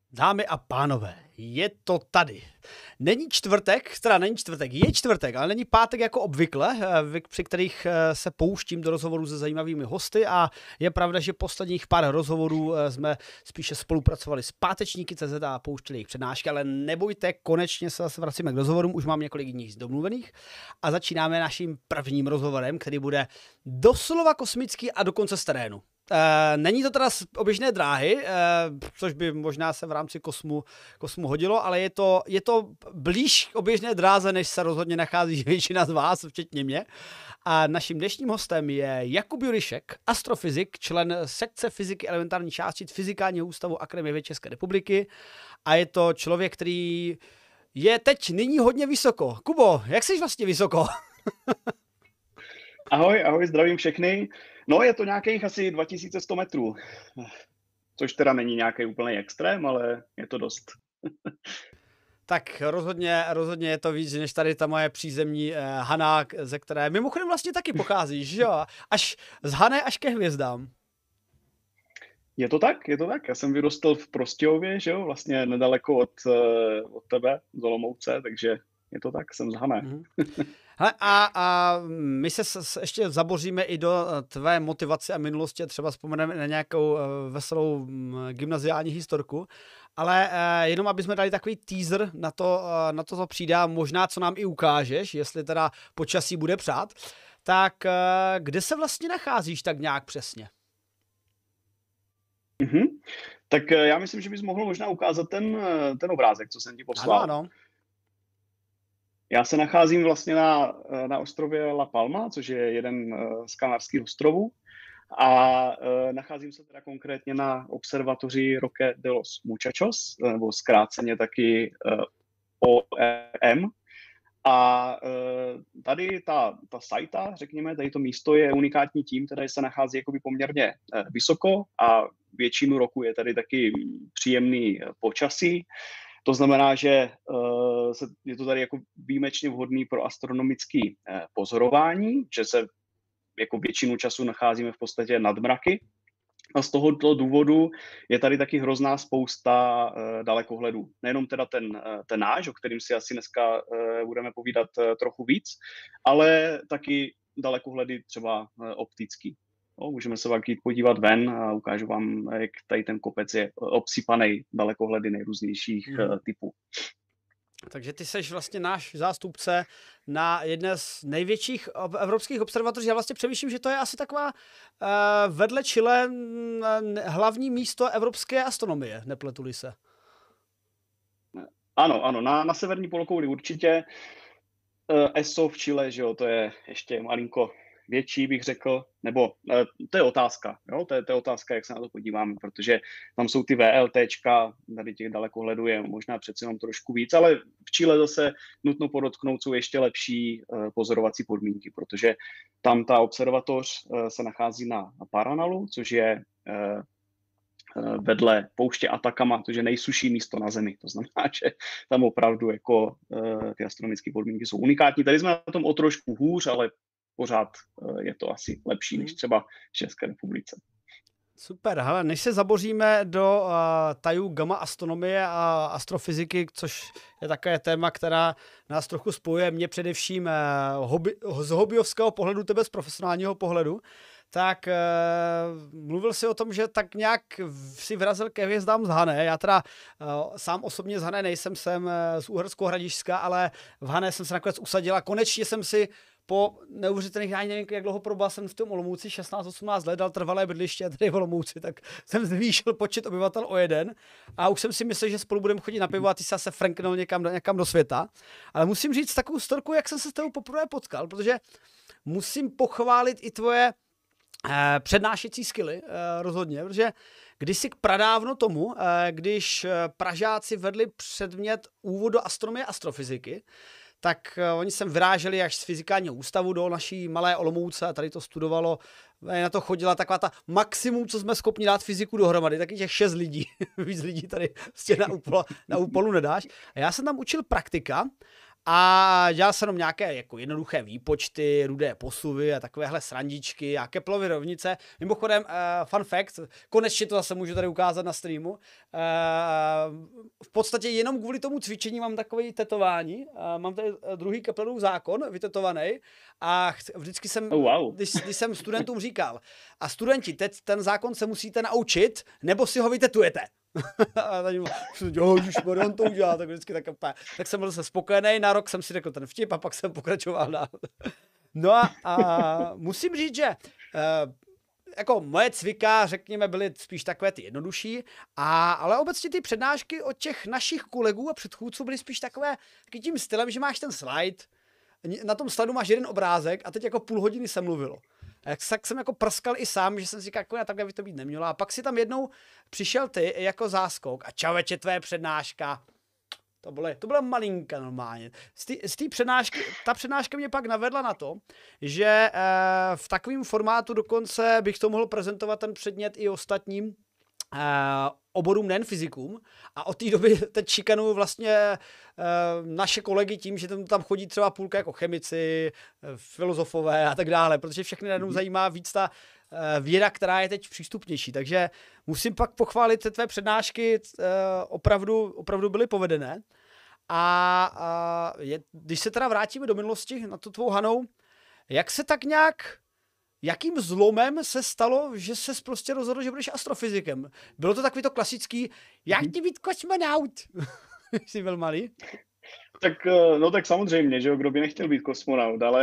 Dámy a pánové, je to tady. Není čtvrtek, je čtvrtek, ale není pátek jako obvykle, při kterých se pouštím do rozhovorů se zajímavými hosty a je pravda, že posledních pár rozhovorů jsme spíše spolupracovali s pátečníky CZ a pouštěli jejich přednášky, ale nebojte, konečně se zase vracíme k rozhovorům, už mám několik dní domluvených a začínáme naším prvním rozhovorem, který bude doslova kosmický a dokonce z terénu. Není to teda z oběžné dráhy, což by možná se v rámci kosmu hodilo, ale je to blíž k oběžné dráze, než se rozhodně nachází většina z vás, včetně mě. A naším dnešním hostem je Jakub Juryšek, astrofyzik, člen sekce fyziky elementární částic Fyzikálního ústavu Akademie věd České republiky. A je to člověk, který je teď nyní hodně vysoko. Kubo, jak jsi vlastně vysoko? Ahoj, zdravím všechny. No, je to nějakých asi 2100 metrů, což teda není nějaký úplný extrém, ale je to dost. Tak rozhodně je to víc, než tady ta moje přízemní Hana, ze které mimochodem vlastně taky pocházíš, že jo? Až z Hané až ke hvězdám. Je to tak. Já jsem vyrostl v Prostějově, že jo, vlastně nedaleko od tebe, z Olomouce, takže je to tak, jsem z Hané. Hele, a my se ještě zaboříme i do tvé motivace a minulosti, třeba vzpomeneme na nějakou veselou gymnaziální historku, ale jenom aby jsme dali takový teaser na to, co přijde, možná co nám i ukážeš, jestli teda počasí bude přát, tak kde se vlastně nacházíš tak nějak přesně? Tak já myslím, že bys mohl možná ukázat ten obrázek, co jsem ti poslal. Ano. Já se nacházím vlastně na ostrově La Palma, což je jeden z Kanárských ostrovů. A nacházím se teda konkrétně na observatoři Roque de los Muchachos, nebo zkráceně taky ORM. A tady ta sajta, řekněme, tady to místo je unikátní tím, tady se nachází jakoby poměrně vysoko a většinu roku je tady taky příjemný počasí. To znamená, že je to tady jako výjimečně vhodný pro astronomické pozorování, že se jako většinu času nacházíme v podstatě nad mraky. A z tohoto důvodu je tady taky hrozná spousta dalekohledů. Nejenom teda ten náš, o kterým si asi dneska budeme povídat trochu víc, ale taky dalekohledy třeba optický. No, můžeme se pak jít podívat ven a ukážu vám, jak tady ten kopec je obsypaný dalekohledy nejrůznějších typů. Takže ty seš vlastně náš zástupce na jedné z největších evropských observatoří. Já vlastně přemýšlím, že to je asi taková vedle Chile hlavní místo evropské astronomie, nepletu-li se. Ano, na severní polokouli určitě. ESO v Chile, že jo, to je ještě malinko větší, bych řekl, nebo to je otázka, jo? To je otázka, jak se na to podíváme, protože tam jsou ty VLTčka, tady těch dalekohledů je možná přece jenom trošku víc, ale v Chile zase nutno podotknout jsou ještě lepší pozorovací podmínky, protože tam ta observatoř se nachází na Paranalu, což je vedle pouště Atacama, což je nejsušší místo na Zemi. To znamená, že tam opravdu jako ty astronomické podmínky jsou unikátní. Tady jsme na tom o trošku hůř, ale pořád je to asi lepší než třeba v České republice. Super, hele, než se zaboříme do tajů gamma astronomie a astrofyziky, což je také téma, která nás trochu spojuje, mě především z hobbyovského pohledu, tebe z profesionálního pohledu, tak mluvil jsi o tom, že tak nějak si vyrazil ke hvězdám z Hané. Já teda sám osobně z Hané nejsem, jsem z Uherského-Hradišťska, ale v Hané jsem se nakonec usadil a konečně jsem si po neuvěřitelných, já nevím, jak dlouho probal jsem v tom Olomouci, 16-18 let, dal trvalé bydliště tady v Olomouci, tak jsem zvýšil počet obyvatel o 1 a už jsem si myslel, že spolu budeme chodit na pivo a ty se zase franknul někam do světa. Ale musím říct takovou storku, jak jsem se s tebou poprvé potkal, protože musím pochválit i tvoje přednášecí skilly, rozhodně, protože kdysi pradávno tomu, když Pražáci vedli předmět úvod do astronomie a astrofyziky, tak oni sem vyráželi až z fyzikálního ústavu do naší malé Olomouce a tady to studovalo, na to chodila taková ta maximum, co jsme schopni dát fyziku dohromady, taky těch 6 lidí, víc lidí tady prostě na úpolu nedáš. A já jsem tam učil praktika A dělal jsem jenom nějaké jako jednoduché výpočty, rudé posuvy a takovéhle srandičky a Keplerovy rovnice. Mimochodem, fun fact, konečně to zase můžu tady ukázat na streamu. V podstatě jenom kvůli tomu cvičení mám takové tetování. Mám tady druhý Keplerův zákon vytetovaný a vždycky jsem, když jsem studentům říkal, a studenti, teď ten zákon se musíte naučit, nebo si ho vytetujete. A tady ježišmarja, on to udělal, tak vždycky tak jsem byl spokojený, na rok jsem si řekl ten vtip a pak jsem pokračoval dál. No a musím říct, že jako moje cvika, řekněme, byly spíš takové ty jednodušší, ale obecně ty přednášky od těch našich kolegů a předchůdců byly spíš takové tím stylem, že máš ten slide, na tom slajdu máš jeden obrázek a teď jako půl hodiny se mluvilo. Tak jsem jako prskal i sám, že jsem si říkal, jako takhle by to být nemělo. A pak si tam jednou přišel ty jako záskok a čauveče, tvé přednáška. To byla malinka normálně. Z té přednášky, ta přednáška mě pak navedla na to, že v takovém formátu dokonce bych to mohl prezentovat ten předmět i ostatním oborům, nejen fyzikům. A od té doby teď šikanuju vlastně naše kolegy tím, že tam chodí třeba půlka jako chemici, filozofové a tak dále, protože všechny najednou zajímá víc ta věda, která je teď přístupnější. Takže musím pak pochválit, že tvé přednášky opravdu byly povedené. Když se teda vrátíme do minulosti na tu tvou Hanou, jak se tak nějak... Jakým zlomem se stalo, že ses prostě rozhodl, že budeš astrofyzikem? Bylo to takový to klasický, jak ti být kosmonaut? Jsi byl malý? Tak samozřejmě, že jo, kdo by nechtěl být kosmonaut, ale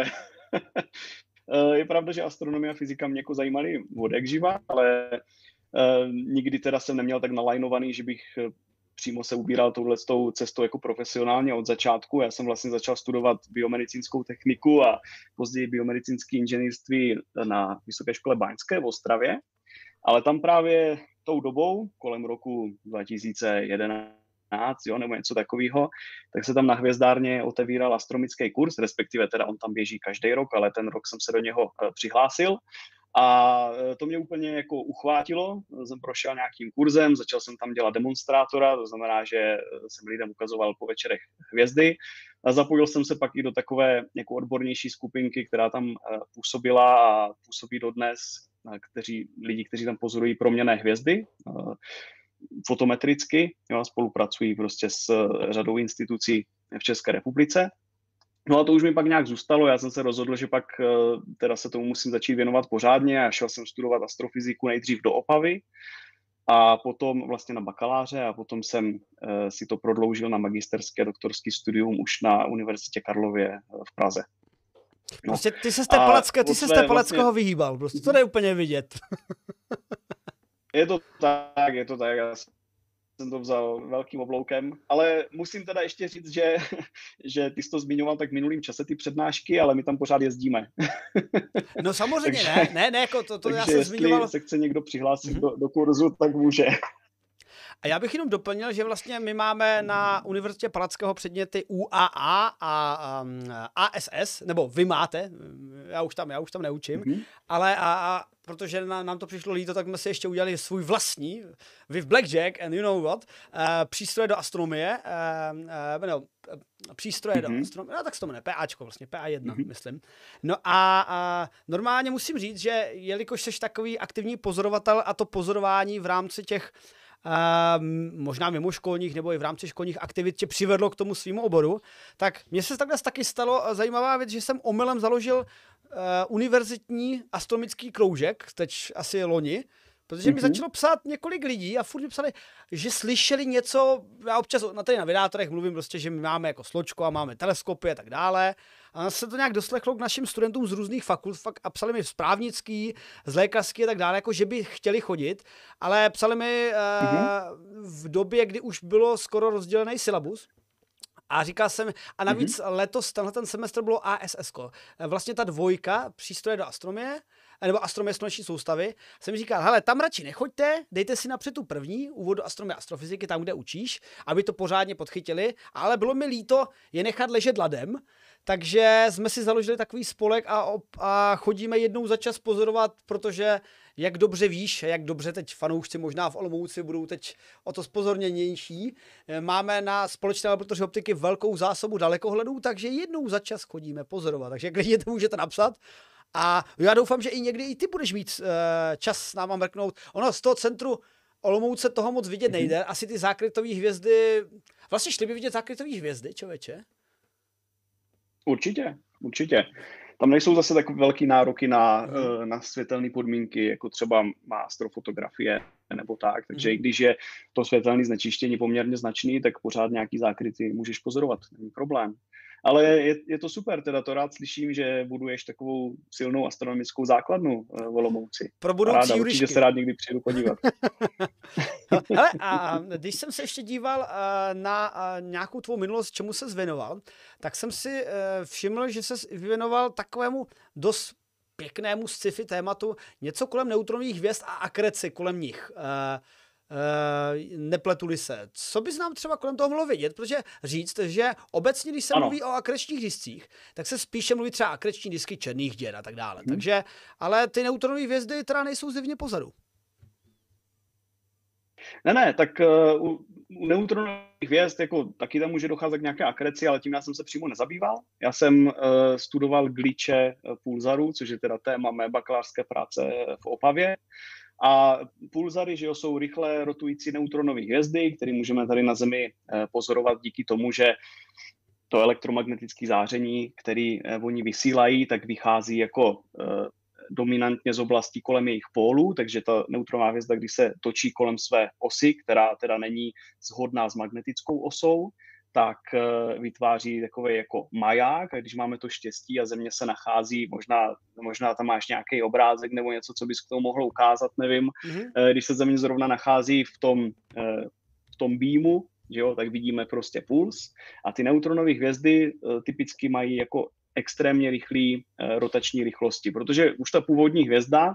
je pravda, že astronomie a fyzika mě jako zajímaly odjakživa, ale nikdy teda jsem neměl tak nalajnovaný, že bych přímo se ubíral touhletou cestou jako profesionálně od začátku. Já jsem vlastně začal studovat biomedicínskou techniku a později biomedicínské inženýrství na Vysoké škole báňské v Ostravě. Ale tam právě tou dobou, kolem roku 2011, nebo něco takového, tak se tam na Hvězdárně otevíral astronomický kurz, respektive teda on tam běží každý rok, ale ten rok jsem se do něho přihlásil. A to mě úplně jako uchvátilo, jsem prošel nějakým kurzem, začal jsem tam dělat demonstrátora, to znamená, že jsem lidem ukazoval po večerech hvězdy a zapojil jsem se pak i do takové jako odbornější skupinky, která tam působila a působí dodnes, lidi, kteří tam pozorují proměnné hvězdy fotometricky, jo, spolupracují prostě s řadou institucí v České republice. No a to už mi pak nějak zůstalo, já jsem se rozhodl, že pak teda se tomu musím začít věnovat pořádně a šel jsem studovat astrofyziku nejdřív do Opavy a potom vlastně na bakaláře a potom jsem si to prodloužil na magisterské doktorský studium už na Univerzitě Karlově v Praze. No. Prostě ty se z té Palackého vyhýbal, prostě to jde úplně vidět. Je to tak, já jsem to vzal velkým obloukem, ale musím teda ještě říct, že ty jsi to zmiňoval tak v minulým čase, ty přednášky, ale my tam pořád jezdíme. No samozřejmě, takže, ne, jako to já jsem zmiňoval. Jestli se chce někdo přihlásit do kurzu, tak může. A já bych jenom doplnil, že vlastně my máme na Univerzitě Palackého předměty UAA a ASS, nebo vy máte, já už tam neučím, ale protože nám to přišlo líto, tak jsme si ještě udělali svůj vlastní, with Blackjack and you know what, přístroje do astronomie, přístroje do astronomie, no tak se to jmenuje, PAčko vlastně, PA1, myslím. No a normálně musím říct, že jelikož jsi takový aktivní pozorovatel a to pozorování v rámci těch možná mimoškolních nebo i v rámci školních aktivit tě přivedlo k tomu svýmu oboru, tak mně se takhle taky stalo zajímavá věc, že jsem omylem založil univerzitní astronomický kroužek, teď asi loni, protože mi začalo psát několik lidí a furt mi psali, že slyšeli něco, já občas na vydátorech mluvím prostě, že my máme jako sločko a máme teleskopy a tak dále. A se to nějak doslechlo k našim studentům z různých fakult a psali mi z právnický, z lékařský a tak dále, jako že by chtěli chodit, ale psali mi v době, kdy už bylo skoro rozdělený syllabus. A říkal jsem, a navíc letos, ten semestr bylo ASS. Vlastně ta dvojka, přístroje do astronomie, nebo astronomie sluneční soustavy, jsem říkal, hele, tam radši nechoďte, dejte si napřed tu první, úvod do astronomie a astrofyziky, tam, kde učíš, aby to pořádně podchytili, ale bylo mi líto je nechat ležet ladem, takže jsme si založili takový spolek a chodíme jednou za čas pozorovat, protože jak dobře víš, jak dobře teď fanoušci možná v Olomouci budou teď o to zpozorněnější. Máme na společné laboratoři optiky velkou zásobu dalekohledů, takže jednou za čas chodíme pozorovat. Takže klidně to můžete napsat. A já doufám, že i někdy i ty budeš mít čas s náma mrknout. Ono z toho centru Olomouce toho moc vidět nejde. Asi ty zákrytové hvězdy... Vlastně šli by vidět zákrytové hvězdy, člověče? Určitě. Tam nejsou zase tak velký nároky na světelné podmínky, jako třeba má astrofotografie nebo tak. Takže i když je to světelné znečištění poměrně značný, tak pořád nějaký zákryty můžeš pozorovat, není problém. Ale je to super, teda to rád slyším, že buduješ takovou silnou astronomickou základnu v Olomouci. Pro budoucí jurišky. Určitě se rád někdy přijedu podívat. Hele, a když jsem se ještě díval na nějakou tvou minulost, čemu se věnoval, tak jsem si všiml, že se věnoval takovému dost pěknému sci-fi tématu, něco kolem neutronových hvězd a akreci kolem nich. Nepletuli se. Co bys nám třeba kolem toho mohlo vědět? Protože říct, že obecně, když se mluví o akrečních discích, tak se spíše mluví třeba akreční disky černých děr a tak dále. Takže, ale ty neutronové hvězdy teda nejsou zjevně pozadu. Ne, tak u neutronových hvězd jako taky tam může docházet k nějaké akreci, ale tím já jsem se přímo nezabýval. Já jsem studoval glitche pulzarů, což je teda téma mé bakalářské práce v Opavě. A pulzary, že jo, jsou rychle rotující neutronové hvězdy, které můžeme tady na Zemi pozorovat díky tomu, že to elektromagnetické záření, které oni vysílají, tak vychází jako dominantně z oblastí kolem jejich pólů, takže ta neutronová hvězda, když se točí kolem své osy, která teda není shodná s magnetickou osou, tak vytváří takový jako maják, a když máme to štěstí a Země se nachází, možná tam máš nějaký obrázek nebo něco, co bys k tomu mohlo ukázat, nevím, když se Země zrovna nachází v tom beamu, že jo, tak vidíme prostě puls a ty neutronové hvězdy typicky mají jako extrémně rychlý rotační rychlosti, protože už ta původní hvězda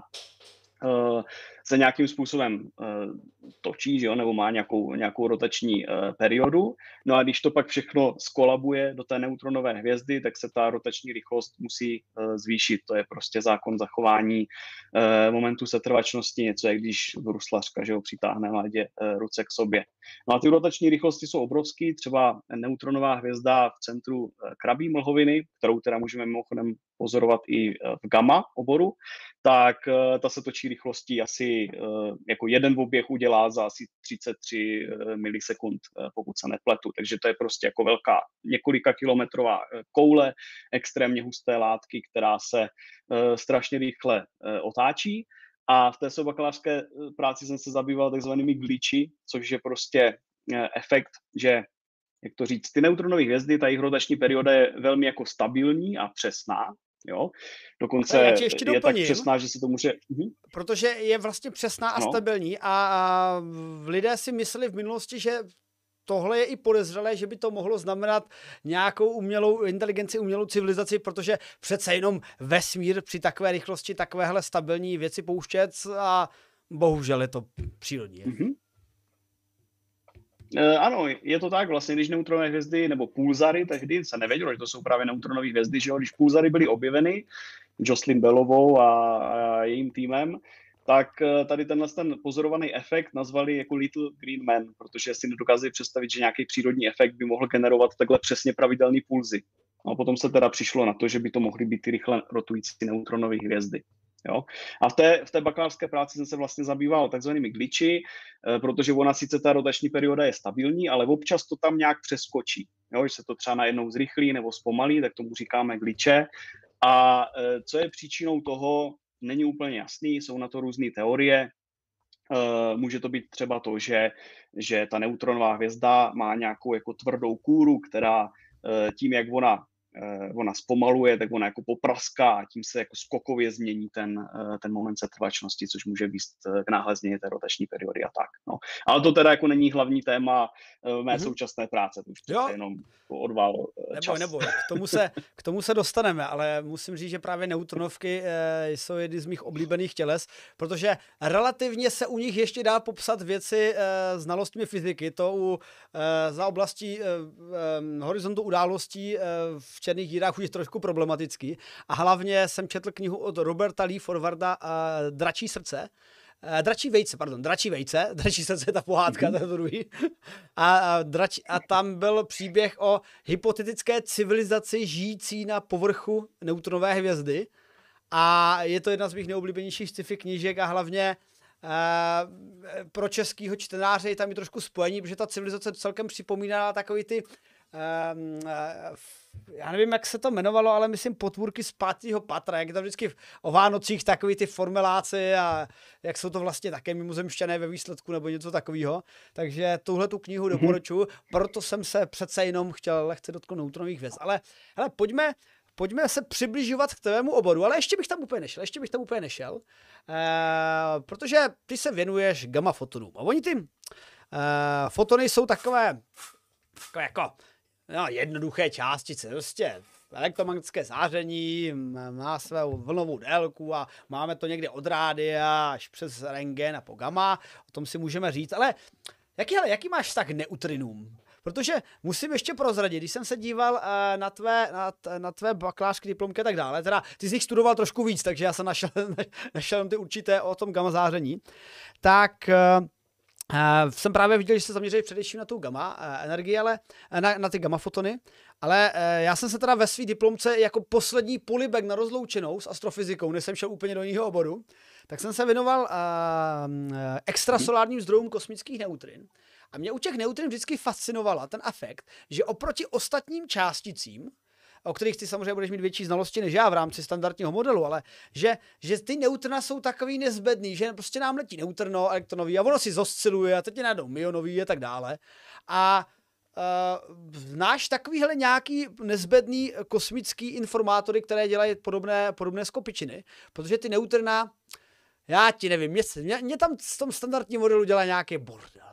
se nějakým způsobem točí, že jo, nebo má nějakou rotační periodu. No a když to pak všechno skolabuje do té neutronové hvězdy, tak se ta rotační rychlost musí zvýšit. To je prostě zákon zachování momentu setrvačnosti, něco jak když bruslařka, že jo, přitáhne mladě ruce k sobě. No a ty rotační rychlosti jsou obrovský, třeba neutronová hvězda v centru Krabí mlhoviny, kterou teda můžeme mimochodem pozorovat i v gamma oboru, tak ta se točí rychlostí asi jako jeden oběh udělá za asi 33 milisekund, pokud se nepletu. Takže to je prostě jako velká několika kilometrová koule, extrémně husté látky, která se strašně rychle otáčí. A v té své bakalářské práci jsem se zabýval takzvanými glitchy, což je prostě efekt, že, jak to říct, ty neutronové hvězdy, ta jejich rotační perioda je velmi jako stabilní a přesná. Jo? Dokonce je tak přesná, že se to může... Protože je vlastně přesná a stabilní a lidé si mysleli v minulosti, že tohle je i podezřelé, že by to mohlo znamenat nějakou umělou inteligenci, umělou civilizaci, protože přece jenom vesmír při takové rychlosti takovéhle stabilní věci pouštět a bohužel je to přírodní. Ano, je to tak vlastně, když neutronové hvězdy nebo pulzary, tehdy se nevědělo, že to jsou právě neutronové hvězdy, že jo? Když pulzary byly objeveny Jocelyn Bellovou a jejím týmem, tak tady ten pozorovaný efekt nazvali jako Little Green Man, protože si nedokázali představit, že nějaký přírodní efekt by mohl generovat takhle přesně pravidelný pulzy. A potom se teda přišlo na to, že by to mohly být ty rychle rotující neutronové hvězdy. Jo? A v té bakalářské práci jsem se vlastně zabýval takzvanými glitchy, protože ona sice ta rotační perioda je stabilní, ale občas to tam nějak přeskočí. Jo? Když se to třeba najednou zrychlí nebo zpomalí, tak tomu říkáme glitche. A co je příčinou toho, není úplně jasný, jsou na to různé teorie. Může to být třeba to, že ta neutronová hvězda má nějakou jako tvrdou kůru, která tím, jak ona zpomaluje, tak ona jako popraská a tím se jako skokově změní ten moment setrvačnosti, což může vést k náhle změně té rotační periody a tak. No. Ale to teda jako není hlavní téma mé současné práce, to už to jenom odval čas. Neboj, k tomu se dostaneme, ale musím říct, že právě neutronovky jsou jedny z mých oblíbených těles, protože relativně se u nich ještě dá popsat věci znalostmi fyziky, to za oblastí horizontu událostí v černých dírách už je trošku problematický. A hlavně jsem četl knihu od Roberta Lee Forwarda Dračí srdce. Dračí vejce, Dračí srdce je ta pohádka, to je to druhý. A tam byl příběh o hypotetické civilizaci žijící na povrchu neutronové hvězdy. A je to jedna z mých nejoblíbenějších sci-fi knížek a hlavně pro českýho čtenáře je tam i trošku spojení, protože ta civilizace celkem připomíná takový ty já nevím, jak se to jmenovalo, ale myslím potvůrky z 5. patra, jak je tam vždycky o Vánocích takový ty formeláci a jak jsou to vlastně také mimozemšťané ve výsledku nebo něco takového. Takže tuhle tu knihu doporučuji, proto jsem se přece jenom chtěl lehce dotknout neutronových hvězd. Ale hele, pojďme se přibližovat k tvému oboru, ale ještě bych tam úplně nešel, protože ty se věnuješ gamma fotonům. A oni ty fotony jsou takové jako jednoduché částice, prostě elektromagnetické záření, má svou vlnovou délku a máme to někde od rádia až přes rentgen a po gamma, o tom si můžeme říct, ale jaký máš vztah k neutrinům? Protože musím ještě prozradit, když jsem se díval na tvé bakalářské diplomky a tak dále, teda ty z nich studoval trošku víc, takže já jsem našel ty určité o tom gamma záření, tak jsem právě viděl, že se zaměřili především na tu gamma energii, ale na ty gamma fotony, ale já jsem se teda ve své diplomce jako poslední polibek na rozloučenou s astrofyzikou, než jsem šel úplně do jiného oboru, tak jsem se věnoval extrasolárním zdrojům kosmických neutrin. A mě u těch neutrin vždycky fascinovala ten efekt, že oproti ostatním částicím, o kterých ty samozřejmě budeš mít větší znalosti než já v rámci standardního modelu, ale že ty neutrina jsou takový nezbedný, že prostě nám letí neutrino elektronový a ono si zosciluje a teď je najednou myonový a tak dále. A náš takovýhle nějaký nezbedný kosmický informátory, které dělají podobné skopičiny, protože ty neutrina, já ti nevím, mě tam v tom standardním modelu dělá nějaký bordel.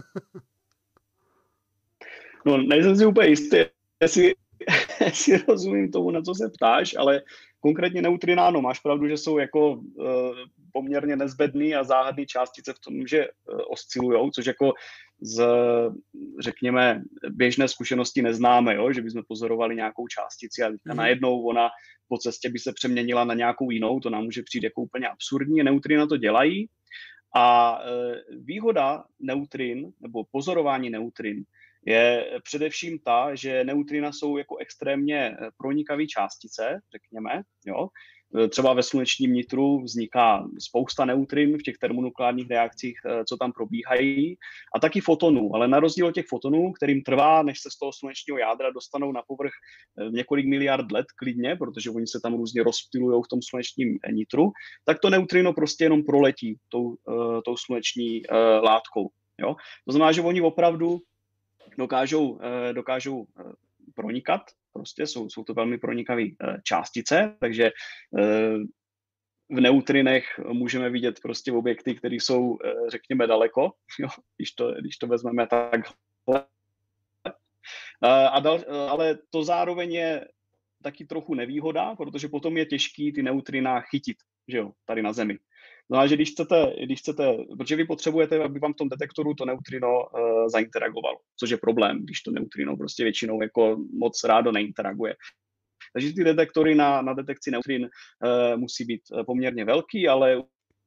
No, nejsem si úplně jistý, jestli rozumím tomu, na co se ptáš, ale konkrétně neutrina, ano, máš pravdu, že jsou jako poměrně nezbedný a záhadný částice v tom, že oscilujou, což jako z, řekněme, běžné zkušenosti neznáme, jo? Že bychom pozorovali nějakou částici a najednou ona po cestě by se přeměnila na nějakou jinou, to nám může přijít jako úplně absurdní. Neutrina to dělají a výhoda neutrin nebo pozorování neutrin je především ta, že neutrina jsou jako extrémně pronikavé částice, řekněme, jo. Třeba ve slunečním nitru vzniká spousta neutrin v těch termonukleárních reakcích, co tam probíhají, a taky fotonů, ale na rozdíl od těch fotonů, kterým trvá, než se z toho slunečního jádra dostanou na povrch několik miliard let klidně, protože oni se tam různě rozptylují v tom slunečním nitru, tak to neutrino prostě jenom proletí tou sluneční látkou. Jo? To znamená, že oni opravdu dokážou pronikat, prostě jsou to velmi pronikavé částice, takže v neutrinech můžeme vidět prostě objekty, které jsou, řekněme, daleko, jo, když to vezmeme takhle. Ale to zároveň je taky trochu nevýhoda, protože potom je těžký ty neutrina chytit, že jo, tady na Zemi. No a že když chcete, protože vy potřebujete, aby vám v tom detektoru to neutrino zainteragovalo, což je problém, když to neutrino prostě většinou jako moc rádo neinteraguje. Takže ty detektory na detekci neutrin musí být poměrně velký, ale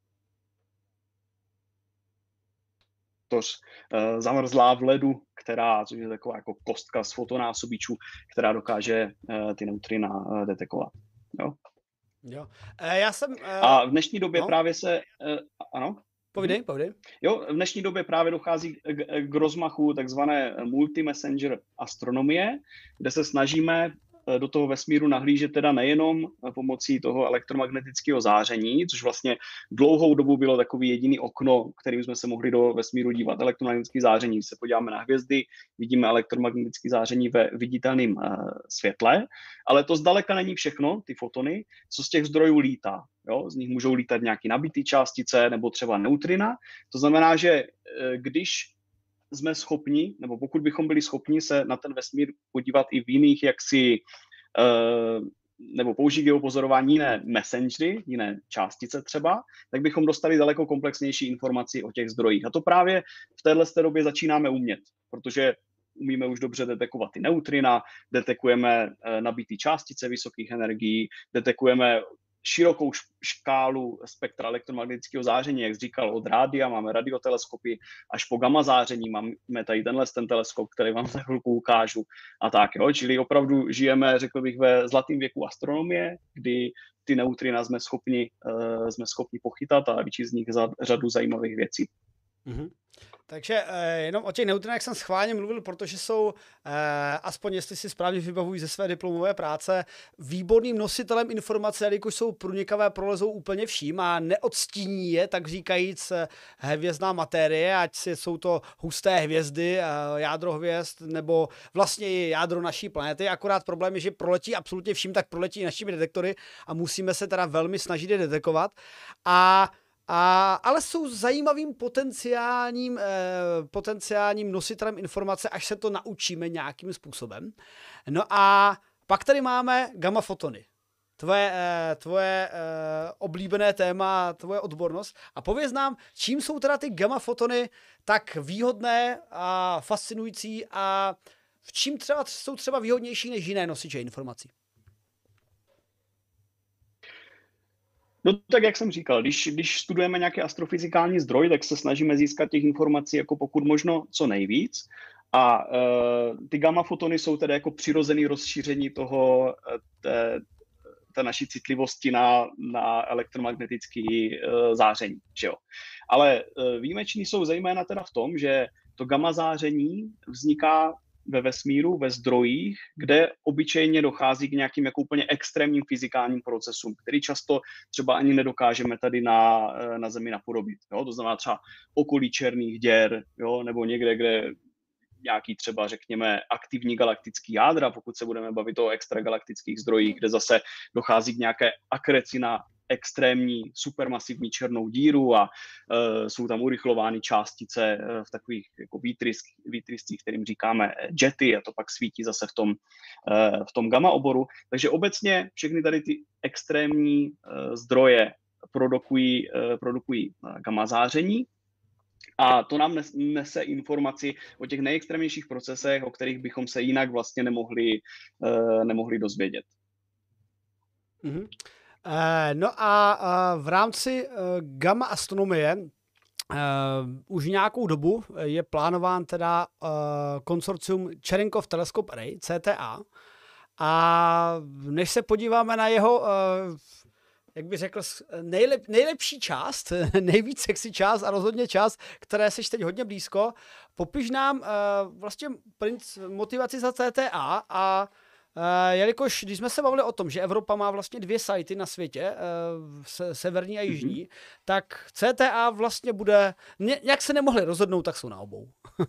to zamrzlá v ledu, což je taková jako kostka z fotonásobičů, která dokáže ty neutrina detekovat. Jo? Jo. Já jsem... A v dnešní době právě se... ano? Povídej. Jo, v dnešní době právě dochází k rozmachu takzvané multi-messenger astronomie, kde se snažíme do toho vesmíru nahlížet teda nejenom pomocí toho elektromagnetického záření, což vlastně dlouhou dobu bylo takový jediný okno, kterým jsme se mohli do vesmíru dívat. Elektromagnetické záření, když se podíváme na hvězdy, vidíme elektromagnetické záření ve viditelném světle, ale to zdaleka není všechno, ty fotony, co z těch zdrojů lítá. Jo? Z nich můžou lítat nějaké nabité částice nebo třeba neutrina. To znamená, že když jsme schopni, nebo pokud bychom byli schopni se na ten vesmír podívat i v jiných jaksi, nebo použít jeho pozorování jiné messengery, jiné částice třeba, tak bychom dostali daleko komplexnější informaci o těch zdrojích. A to právě v téhle době začínáme umět, protože umíme už dobře detekovat ty neutrina, detekujeme nabitý částice vysokých energií, detekujeme širokou škálu spektra elektromagnetického záření, jak jsi říkal, od rádia, máme radioteleskopy, až po gamma záření, máme tady ten teleskop, který vám za chvilku ukážu a tak, jo. Čili opravdu žijeme, řekl bych, ve zlatém věku astronomie, kdy ty neutrina jsme schopni pochytat a vyčíst z nich řadu zajímavých věcí. Mm-hmm. Takže jenom o těch neutrinách jsem schválně mluvil, protože jsou, aspoň jestli si správně vybavují ze své diplomové práce, výborným nositelem informace, jelikož jsou průnikavé, prolezou úplně vším a neodstíní je, tak říkajíc, hvězdná materie, ať jsou to husté hvězdy, jádro hvězd, nebo vlastně i jádro naší planety. Akorát problém je, že proletí absolutně vším, tak proletí i našimi detektory a musíme se teda velmi snažit je detekovat. Ale jsou zajímavým potenciálním nositelem informace, až se to naučíme nějakým způsobem. No a pak tady máme gamma fotony. Tvoje oblíbené téma, tvoje odbornost. A pověz nám, čím jsou teda ty gamma fotony tak výhodné a fascinující a v čím jsou třeba výhodnější než jiné nosiče informací? No tak jak jsem říkal, když studujeme nějaký astrofyzikální zdroj, tak se snažíme získat těch informací jako pokud možno co nejvíc. A ty gamma fotony jsou tedy jako přirozené rozšíření té naší citlivosti na elektromagnetické záření. Že jo? Ale výjimeční jsou zejména teda v tom, že to gamma záření vzniká ve vesmíru, ve zdrojích, kde obyčejně dochází k nějakým jako úplně extrémním fyzikálním procesům, který často třeba ani nedokážeme tady na Zemi napodobit. Jo? To znamená třeba okolí černých děr, jo? Nebo někde, kde nějaký třeba, řekněme, aktivní galaktický jádra, pokud se budeme bavit o extragalaktických zdrojích, kde zase dochází k nějaké akreci na extrémní supermasivní černou díru a jsou tam urychlovány částice v takových jako výtryscích, kterým říkáme jety, a to pak svítí zase v tom gamma oboru. Takže obecně všechny tady ty extrémní zdroje produkují gamma záření. A to nám nese informaci o těch nejextrémnějších procesech, o kterých bychom se jinak vlastně nemohli dozvědět. Mm-hmm. No a v rámci gamma astronomie už nějakou dobu je plánován teda konsorcium Cherenkov Telescope Array, CTA. A než se podíváme na jeho jak bych řekl, nejlepší část, nejvíc sexy část a rozhodně část, které seš teď hodně blízko. Popiš nám vlastně motivaci za CTA a jelikož, když jsme se bavili o tom, že Evropa má vlastně 2 sajty na světě, severní a jižní, tak CTA vlastně bude, jak se nemohli rozhodnout, tak jsou na obou.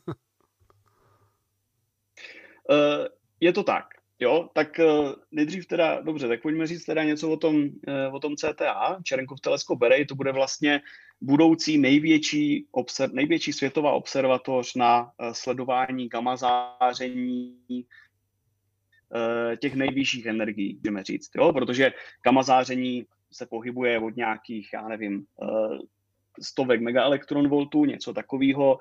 Je to tak. Jo, tak nejdřív teda, dobře, tak pojďme říct teda něco o tom CTA, Cherenkov Telescope Array, to bude vlastně budoucí největší světová observatoř na sledování gamma záření těch nejvyšších energií, můžeme říct, jo, protože gamma záření se pohybuje od nějakých, já nevím, stovek megaelektronvoltů, něco takového,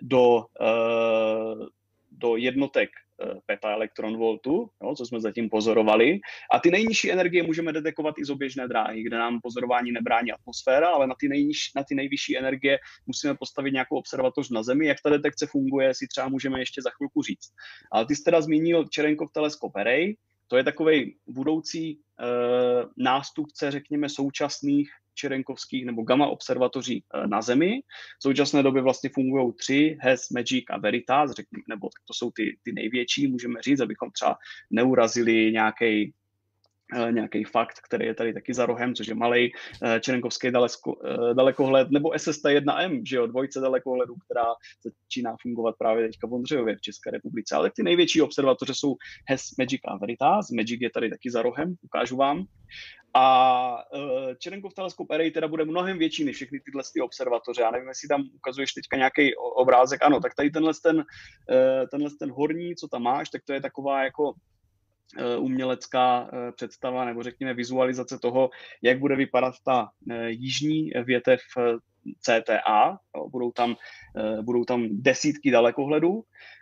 do jednotek petaelektronvoltů, co jsme zatím pozorovali. A ty nejnižší energie můžeme detekovat i z oběžné dráhy, kde nám pozorování nebrání atmosféra, ale na ty nejvyšší energie musíme postavit nějakou observatoř na Zemi. Jak ta detekce funguje, si třeba můžeme ještě za chvilku říct. Ale ty jsi teda zmínil Cherenkov Telescope Array, to je takovej budoucí nástupce, řekněme, současných čerenkovských nebo gamma observatoří na Zemi. V současné době vlastně fungují 3, HES, MAGIC a VERITAS, řekněme, nebo to jsou ty největší, můžeme říct, abychom třeba neurazili nějaký fakt, který je tady taky za rohem, což je malej čerenkovský dalekohled, nebo SST-1M, že jo, dvojce dalekohledů, která začíná fungovat právě teďka v Ondřejově v České republice. Ale ty největší observatoře jsou HES, MAGIC a VERITAS. MAGIC je tady taky za rohem, ukážu vám. A Cherenkov Telescope Array teda bude mnohem větší než všechny tyhle observatoře. Já nevím, jestli tam ukazuješ teďka nějaký obrázek. Ano, tak tady tenhle horní, co tam máš, tak to je taková jako umělecká představa nebo řekněme vizualizace toho, jak bude vypadat ta jižní větev CTA. Budou tam desítky dalekohledů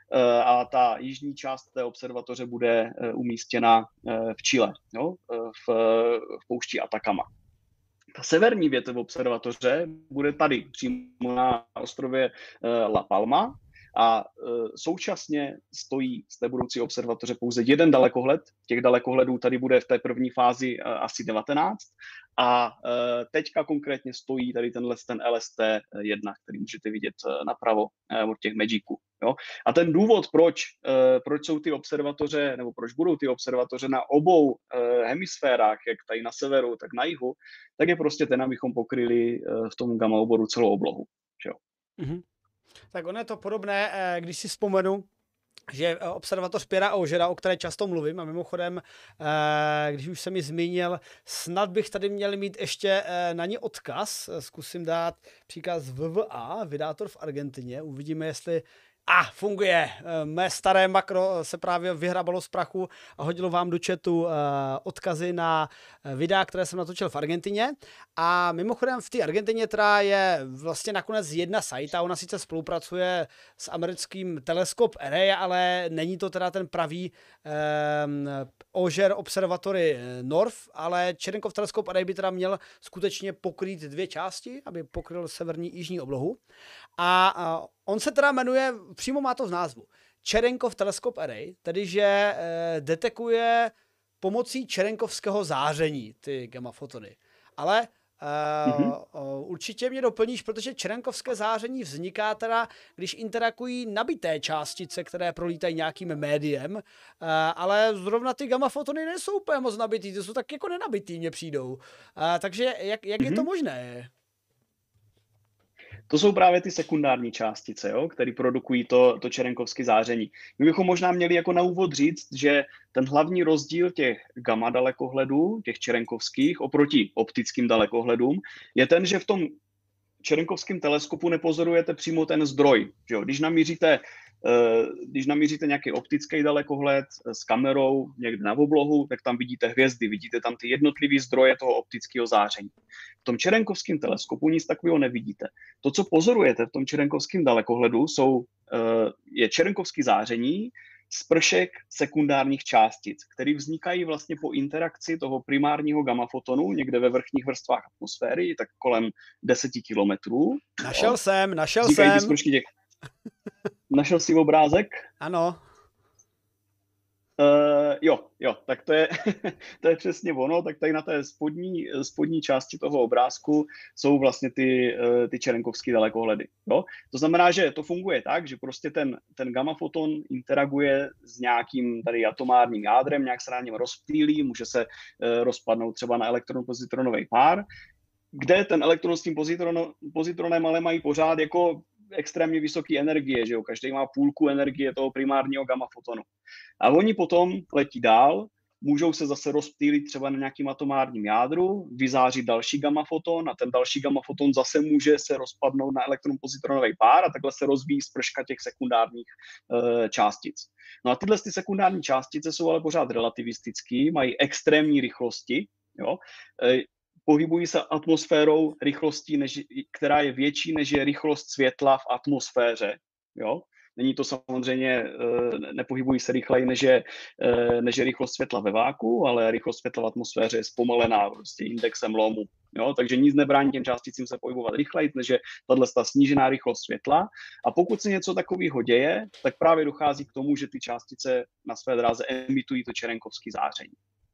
a ta jižní část té observatoře bude umístěna v Chile, jo, v poušti Atacama. Ta severní větev observatoře bude tady, přímo na ostrově La Palma, a současně stojí z té budoucí observatoře pouze jeden dalekohled. Těch dalekohledů tady bude v té první fázi asi 19. A teďka konkrétně stojí tady ten LST-1, který můžete vidět napravo od těch Magiců. Jo? A ten důvod, proč jsou ty observatoře, nebo proč budou ty observatoře na obou hemisférách, jak tady na severu, tak na jihu, tak je prostě ten, abychom pokryli v tom gamma oboru celou oblohu. Jo? Mm-hmm. Tak ono je to podobné, když si vzpomenu, že observatoř Pierra Augera, o které často mluvím, a mimochodem, když už jsem ji zmínil, snad bych tady měl mít ještě na ní odkaz, zkusím dát příkaz WWA, vydátor v Argentině, uvidíme, jestli funguje. Mé staré makro se právě vyhrabalo z prachu a hodilo vám do chatu odkazy na videa, které jsem natočil v Argentině. A mimochodem v té Argentině, která je vlastně nakonec jedna site, a ona sice spolupracuje s americkým Telescope Array, ale není to teda ten pravý Auger Observatory North, ale Cherenkov Telescope Array by teda měl skutečně pokrýt dvě části, aby pokryl severní i jižní oblohu. A on se teda jmenuje, přímo má to v názvu, Cherenkov Telescope Array, tedy že detekuje pomocí čerenkovského záření ty gamma fotony. Ale určitě mě doplníš, protože čerenkovské záření vzniká teda, když interakují nabité částice, které prolítají nějakým médiem, ale zrovna ty gamma fotony nejsou úplně moc nabitý, ty jsou tak jako nenabitý, mně přijdou. Takže jak je to možné? To jsou právě ty sekundární částice, jo, které produkují to čerenkovské záření. My bychom možná měli jako na úvod říct, že ten hlavní rozdíl těch gamma dalekohledů, těch čerenkovských, oproti optickým dalekohledům, je ten, že v tom čerenkovském teleskopu nepozorujete přímo ten zdroj. Že jo? Když namíříte nějaký optický dalekohled s kamerou někde na oblohu, tak tam vidíte hvězdy, vidíte tam ty jednotlivé zdroje toho optického záření. V tom čerenkovském teleskopu nic takového nevidíte. To, co pozorujete v tom čerenkovském dalekohledu, je čerenkovské záření spršek sekundárních částic, které vznikají vlastně po interakci toho primárního gamma fotonu někde ve vrchních vrstvách atmosféry, tak kolem 10 kilometrů. Našel jsem. Našel jsi obrázek? Ano. Jo, tak to je přesně ono, tak tady na té spodní části toho obrázku jsou vlastně ty čerenkovské dalekohledy. Jo? To znamená, že to funguje tak, že prostě ten gamma foton interaguje s nějakým tady atomárním jádrem, nějak se na něm rozptýlí, může se rozpadnout třeba na elektron-pozitronový pár, kde ten elektron s tím pozitronem ale mají pořád jako extrémně vysoké energie, že jo, každý má půlku energie toho primárního gamma fotonu. A oni potom letí dál, můžou se zase rozptýlit třeba na nějakým atomárním jádru, vyzářit další gamma foton a ten další gamma foton zase může se rozpadnout na elektron-pozitronový pár a takhle se rozvíjí sprška těch sekundárních částic. No a tyhle ty sekundární částice jsou ale pořád relativistický, mají extrémní rychlosti, jo. Pohybují se atmosférou rychlostí, která je větší, než je rychlost světla v atmosféře. Jo? Není to samozřejmě, nepohybují se rychleji, než je rychlost světla ve váku, ale rychlost světla v atmosféře je zpomalená prostě indexem lomu. Jo? Takže nic nebrání těm částicím se pohybovat rychleji, než je tato snížená rychlost světla. A pokud se něco takového děje, tak právě dochází k tomu, že ty částice na své dráze emitují to čerenkovské záření.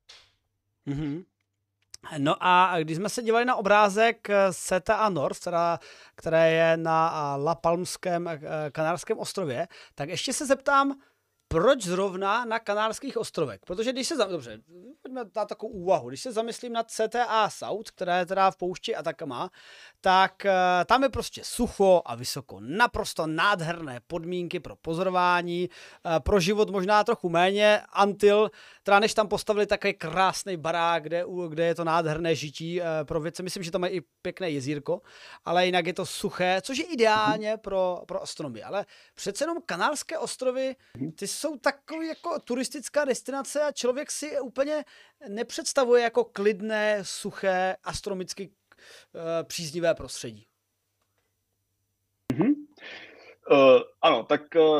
Mm-hmm. No a když jsme se dívali na obrázek CTA North, které je na La Palmském Kanárském ostrově, tak ještě se zeptám, proč zrovna na Kanárských ostrovech? Protože dobře, pojďme na takovou úvahu. Když se zamyslím nad CTA South, která je teda v poušti Atacama, tak tam je prostě sucho a vysoko. Naprosto nádherné podmínky pro pozorování, pro život možná trochu méně, until, teda než tam postavili takový krásný barák, kde je to nádherné žití pro vědce. Myslím, že tam je i pěkné jezírko, ale jinak je to suché, což je ideálně pro astronomii. Ale přece jenom Kanárské ostrovy, ty jsou takový jako turistická destinace a člověk si je úplně nepředstavuje jako klidné, suché, astronomicky příznivé prostředí. Ano, tak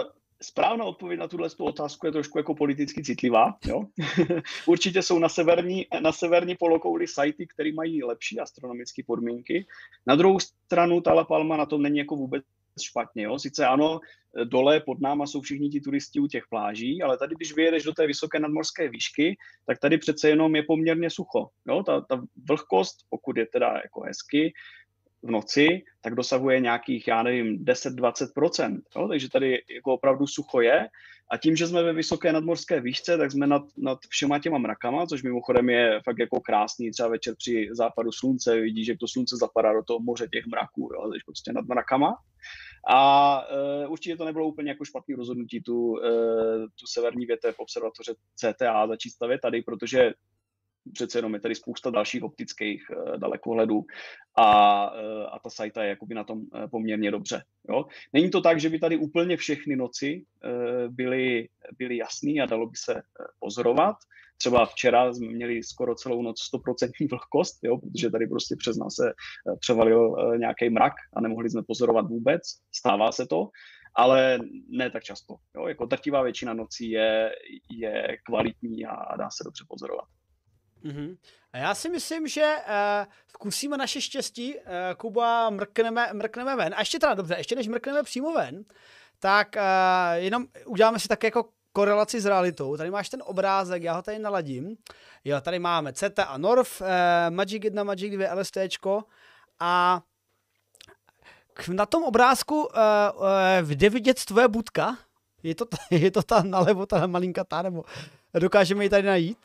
správná odpověď na tuhle otázku je trošku jako politicky citlivá. Jo? Určitě jsou na severní polokouli sajty, které mají lepší astronomické podmínky. Na druhou stranu ta La Palma na tom není jako vůbec špatně. Jo? Sice ano, dole pod náma jsou všichni ti turisti u těch pláží, ale tady, když vyjedeš do té vysoké nadmořské výšky, tak tady přece jenom je poměrně sucho. Jo? Ta vlhkost, pokud je teda jako hezky, v noci, tak dosahuje nějakých, já nevím, 10-20%. Takže tady jako opravdu sucho je. A tím, že jsme ve vysoké nadmořské výšce, tak jsme nad všema těma mrakama, což mimochodem je fakt jako krásný. Třeba večer při západu slunce vidíš, že to slunce zapadá do toho moře těch mraků, jo, takže prostě nad mrakama. A určitě to nebylo úplně jako špatný rozhodnutí tu severní větev observatoře CTA začít stavět tady, protože přece jenom je tady spousta dalších optických dalekohledů a ta sajta je jakoby na tom poměrně dobře. Jo? Není to tak, že by tady úplně všechny noci byly jasný a dalo by se pozorovat. Třeba včera jsme měli skoro celou noc 100% vlhkost, jo? Protože tady prostě přes nás se převalil nějaký mrak a nemohli jsme pozorovat vůbec. Stává se to, ale ne tak často. Jo? Jako drtivá většina nocí je kvalitní a dá se dobře pozorovat. Mm-hmm. A já si myslím, že zkusíme naše štěstí, Kuba, mrkneme ven. A ještě teda dobře, ještě než mrkneme přímo ven, tak jenom uděláme si také jako korelaci s realitou. Tady máš ten obrázek, já ho tady naladím. Jo, tady máme CTA North, Magic 1, Magic 2, LSTčko a na tom obrázku jde vidět tvoje budka. Je to ta nalevo, ta malinkatá, nebo dokážeme ji tady najít?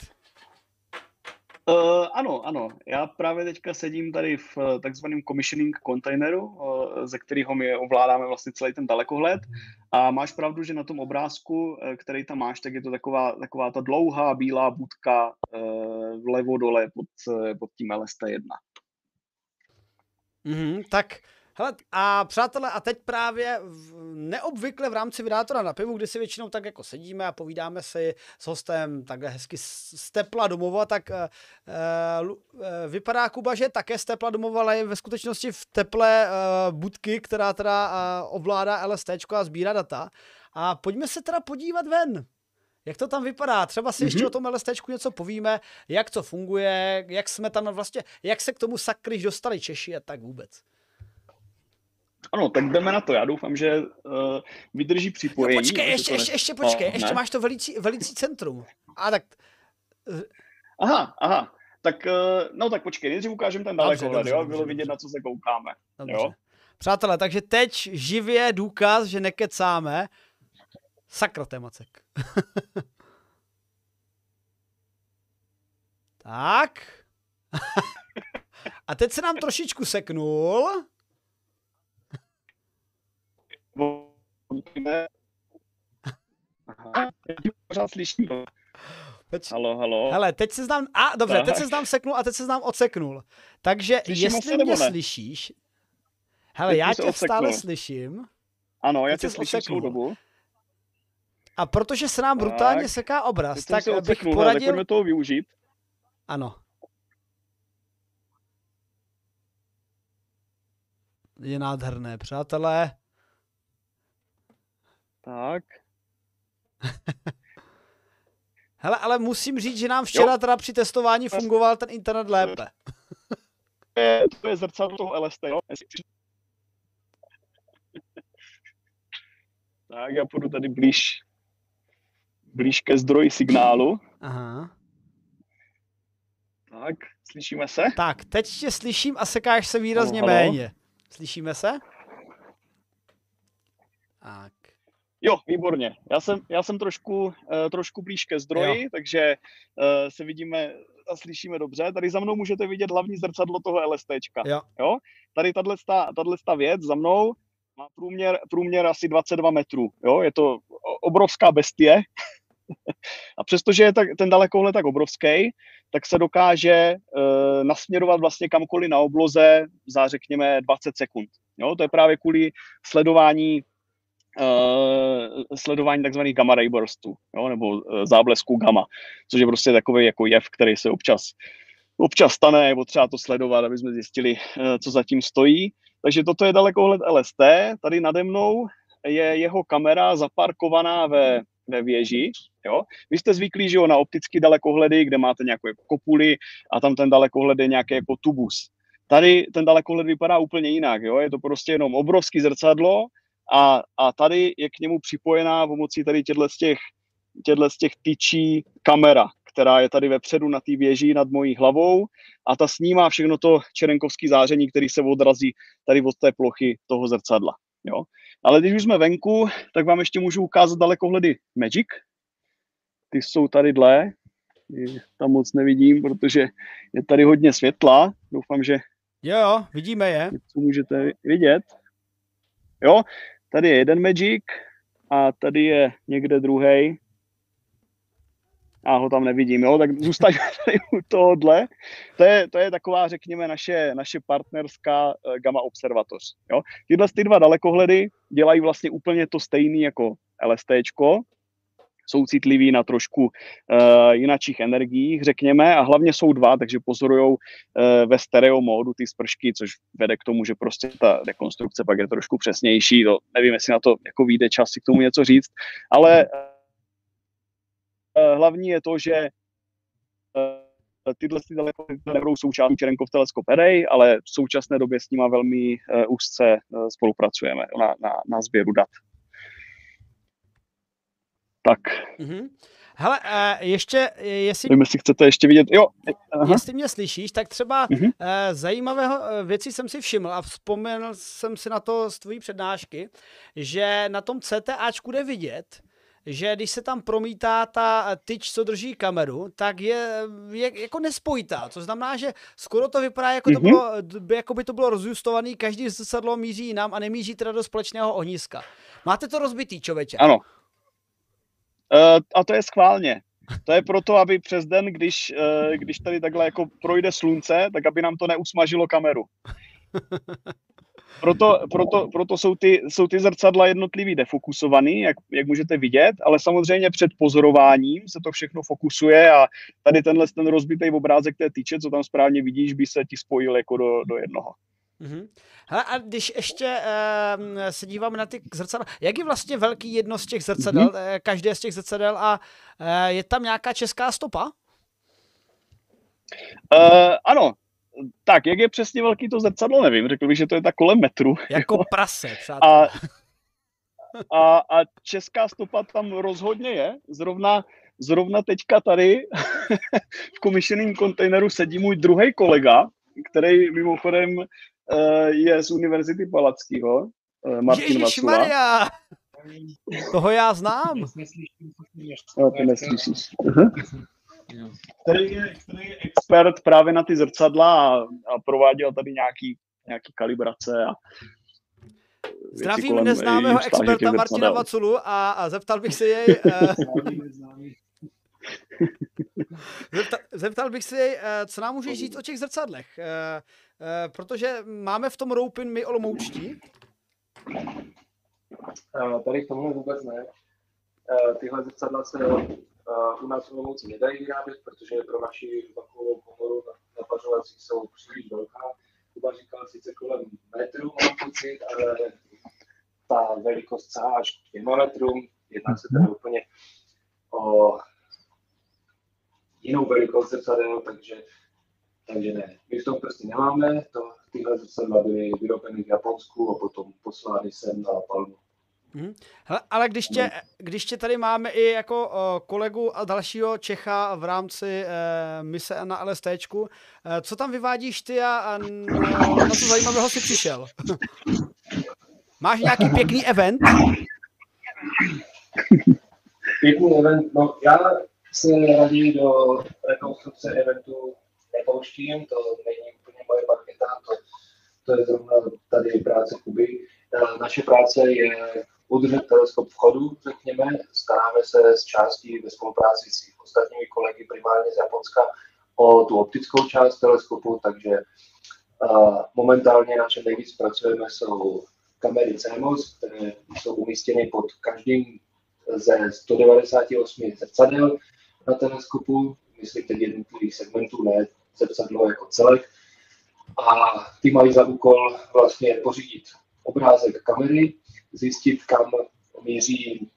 Ano. Já právě teďka sedím tady v takzvaném commissioning kontejneru, ze kterého my ovládáme vlastně celý ten dalekohled. A máš pravdu, že na tom obrázku, který tam máš, tak je to taková ta dlouhá bílá budka vlevo dole pod tím LST1. Tak hele, a přátelé, a teď právě neobvykle v rámci Vydátora na pivu, kdy si většinou tak jako sedíme a povídáme si s hostem takhle hezky z tepla domova, tak vypadá, Kuba, že také z tepla domova, ale je ve skutečnosti v teple budky, která teda ovládá LSTčko a sbírá data. A pojďme se teda podívat ven. Jak to tam vypadá? Třeba si ještě o tom LSTčku něco povíme, jak to funguje, jak jsme tam vlastně, jak se k tomu sakryš dostali Češi a tak vůbec. Ano, tak jdeme na to. Já doufám, že vydrží připojení. No počkej, ještě počkej, ještě máš to velící centrum. A tak... Aha. Tak, tak počkej, nejdřív ukážeme ten dalekohled, jo? Bylo vidět, na co se koukáme. Jo? Přátelé, takže teď živě důkaz, že nekecáme. Sakra, Macek. Tak. A teď se nám trošičku seknul. Aha, já tě pořád slyším. Halo. Hele, teď se znám, dobře, teď se znám seknul a teď se znám odseknul. Takže slyšíme jestli mě slyšíš, hele, já tě stále slyším. Ano, já tě slyším celou dobu. A protože se nám brutálně seká obraz, tak bych poradil... Tak pojďme toho využít. Ano. Je nádherné, přátelé. Tak. Hele, ale musím říct, že nám včera teda při testování fungoval ten internet lépe. To je zrcadlo toho LST, jo? Tak, já půjdu tady blíž ke zdroji signálu. Aha. Tak, slyšíme se? Tak, teď tě slyším a sekáš se výrazně méně. Slyšíme se? Tak. Jo, výborně. Já jsem trošku blíž ke zdroji, takže se vidíme a slyšíme dobře. Tady za mnou můžete vidět hlavní zrcadlo toho LSTčka. Jo? Tady tato věc za mnou má průměr asi 22 metrů. Jo? Je to obrovská bestie. A přestože je ten dalekohled tak obrovský, tak se dokáže nasměrovat vlastně kamkoliv na obloze za, řekněme, 20 sekund. Jo? To je právě kvůli sledování takzvaných gamma ray burstů, jo? Nebo záblesků gamma, což je prostě takový jako jev, který se občas stane, je potřeba to sledovat, aby jsme zjistili, co zatím stojí. Takže toto je dalekohled LST, tady nade mnou je jeho kamera zaparkovaná ve věži. Jo? Vy jste zvyklí, že jo, na optický dalekohledy, kde máte nějakou jako kopuly a tam ten dalekohled je nějaký jako tubus. Tady ten dalekohled vypadá úplně jinak. Jo? Je to prostě jenom obrovský zrcadlo a tady je k němu připojená pomocí tady těchto z těch tyčí kamera, která je tady vepředu na té věži nad mojí hlavou a ta snímá všechno to čerenkovské záření, který se odrazí tady od té plochy toho zrcadla. Jo? Ale když už jsme venku, tak vám ještě můžu ukázat dalekohledy Magic. Ty jsou tady dle, tam moc nevidím, protože je tady hodně světla. Doufám, že Jo, vidíme je. něco můžete vidět. Jo, tady je jeden Magic a tady je někde druhý. A ho tam nevidím, jo, tak zůstaňme tady u tohohle. To je taková, řekněme, naše partnerská gamma observatoř. Jo. Tyhle ty dva dalekohledy dělají vlastně úplně to stejný jako LSTčko, jsou citliví na trošku jinačích energiích, řekněme, a hlavně jsou dva, takže pozorujou ve stereo módu ty spršky, což vede k tomu, že prostě ta rekonstrukce pak je trošku přesnější. To nevím, jestli na to jako vyjde čas si k tomu něco říct, ale hlavní je to, že tyhle dalekohledy nebudou součástí Cherenkov Telescope Array, ale v současné době s nima velmi úzce spolupracujeme na sběru dat. Tak. Mm-hmm. Hele, ještě, jestli... Nevím, jestli chcete ještě vidět. Jo. Aha. Jestli mě slyšíš, tak třeba zajímavého věci jsem si všiml a vzpomněl jsem si na to z tvojí přednášky, že na tom CTAčku jde vidět, že když se tam promítá ta tyč, co drží kameru, tak je jako nespojitá. To znamená, že skoro to vypadá, jako by to bylo rozjustovaný, každý zrcadlo míří jinam a nemíří teda do společného ohniska. Máte to rozbitý, člověče? Ano. A to je schválně. To je proto, aby přes den, když tady takhle jako projde slunce, tak aby nám to neusmažilo kameru. Proto jsou ty zrcadla jednotlivý defokusovaný, jak můžete vidět, ale samozřejmě před pozorováním se to všechno fokusuje a tady ten rozbitý obrázek té tyče, co tam správně vidíš, by se ti spojil jako do jednoho. Mm-hmm. Hele, a když ještě se díváme na ty zrcadla, jak je vlastně velký jedno z těch zrcadel, každé z těch zrcadel a je tam nějaká česká stopa? Ano. Tak, jak je přesně velký to zrcadlo, nevím. Řekl bych, že to je tak kolem metru. Jako jo. Prase, přátelé. A česká stopa tam rozhodně je. Zrovna teďka tady v commissioning kontejneru sedí můj druhý kolega, který mimochodem je z Univerzity Palackého, Martin Vacula. Ježišmarja! Toho já znám. No, to neslyšíš. Který je expert právě na ty zrcadla a prováděl tady nějaký kalibrace. Zdravím neznámého experta Martina Vaculu a zeptal bych se jej... Zeptal bych se jej, co nám můžeš říct o těch zrcadlech, protože máme v tom Roupin my olomoučtí. Tady k tomu vůbec ne. Tyhle zrcadla se u nás v Olomouci nedají vyrábět, protože pro naši vakuovou komoru napařovací jsou příliš velká. Kuba říkal sice kolem metru, mám pocit, ale ta velikost sahá až k 2 metrům. Jedná se teda úplně o jinou velikost zrcadel, takže ne. My v tom prostě nemáme. Tyhle zrcadla byly vyrobeny v Japonsku a potom poslány sem na Palmu. Hele, ale když tě tady máme i jako kolegu a dalšího Čecha v rámci mise na LSTčku, co tam vyvádíš ty a na co zajímavého jsi přišel? Máš nějaký pěkný event? Pěkný event? No, já se raději do rekonstrukce eventu nepouštím, to není úplně moje parketa, to je zrovna tady práce Kuby. Naše práce je udržet teleskop v chodu, řekněme. Staráme se z částí ve spolupráci s ostatními kolegy, primárně z Japonska, o tu optickou část teleskopu, takže momentálně na čem nejvíc pracujeme jsou kamery CMOS, které jsou umístěny pod každým ze 198 zrcadel na teleskopu, myslím teď jednotlivých segmentů, ne zrcadlo jako celek. A ty mají za úkol vlastně pořídit obrázek kamery, zjistit, kam míří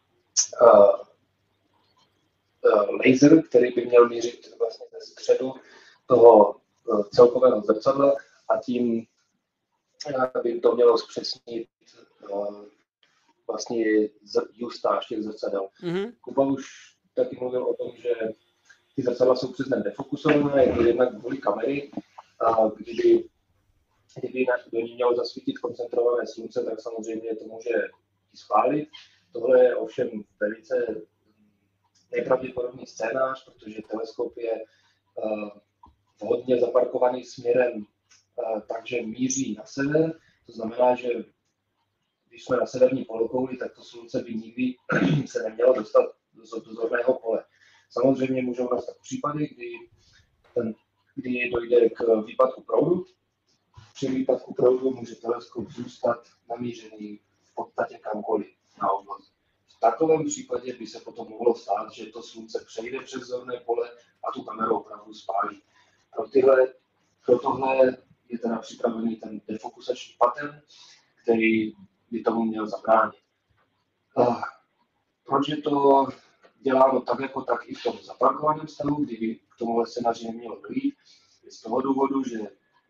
laser, který by měl mířit vlastně ze středu toho celkového zrcadla a tím by to mělo zpřesnit vlastně justáž těch zrcadel. Kuba už taky mluvil o tom, že ty zrcadla jsou přes den defokusované, je to jednak kvůli kamery, a kdyby do ní mělo zasvítit koncentrované slunce, tak samozřejmě to může spálit. Tohle je ovšem velice nepravděpodobný scénář, protože teleskop je vhodně zaparkovaný směrem, takže míří na sever. To znamená, že když jsme na severní polokouli, tak to slunce by nikdy se nemělo dostat do zorného pole. Samozřejmě můžou nastat případy, kdy dojde k výpadku proudu. Při výpadku proudu může teleskop zůstat namířený v podstatě kamkoliv na obloze. V takovém případě by se potom mohlo stát, že to slunce přejde přes zorné pole a tu kameru opravdu spálí. Pro tohle je teda připravený ten defokusační pattern, který by tomu měl zabránit. Proč je to děláno tak jako tak i v tom zaparkovaném stavu, kdyby k tomuhle scénáři nemělo dojít? Je z toho důvodu, že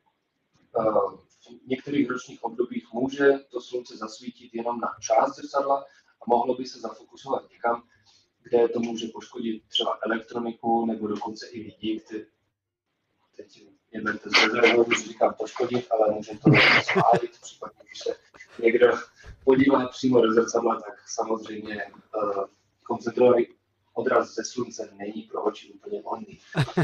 v některých ročních obdobích může to slunce zasvítit jenom na část zrcadla a mohlo by se zafokusovat někam, kde to může poškodit třeba elektroniku nebo dokonce i lidi, teď neberte z rezervou, když říkám poškodit, ale může to spálit, případně když se někdo podívá přímo do zrcadla, tak samozřejmě koncentrovaný odraz ze slunce není pro oči úplně vhodný.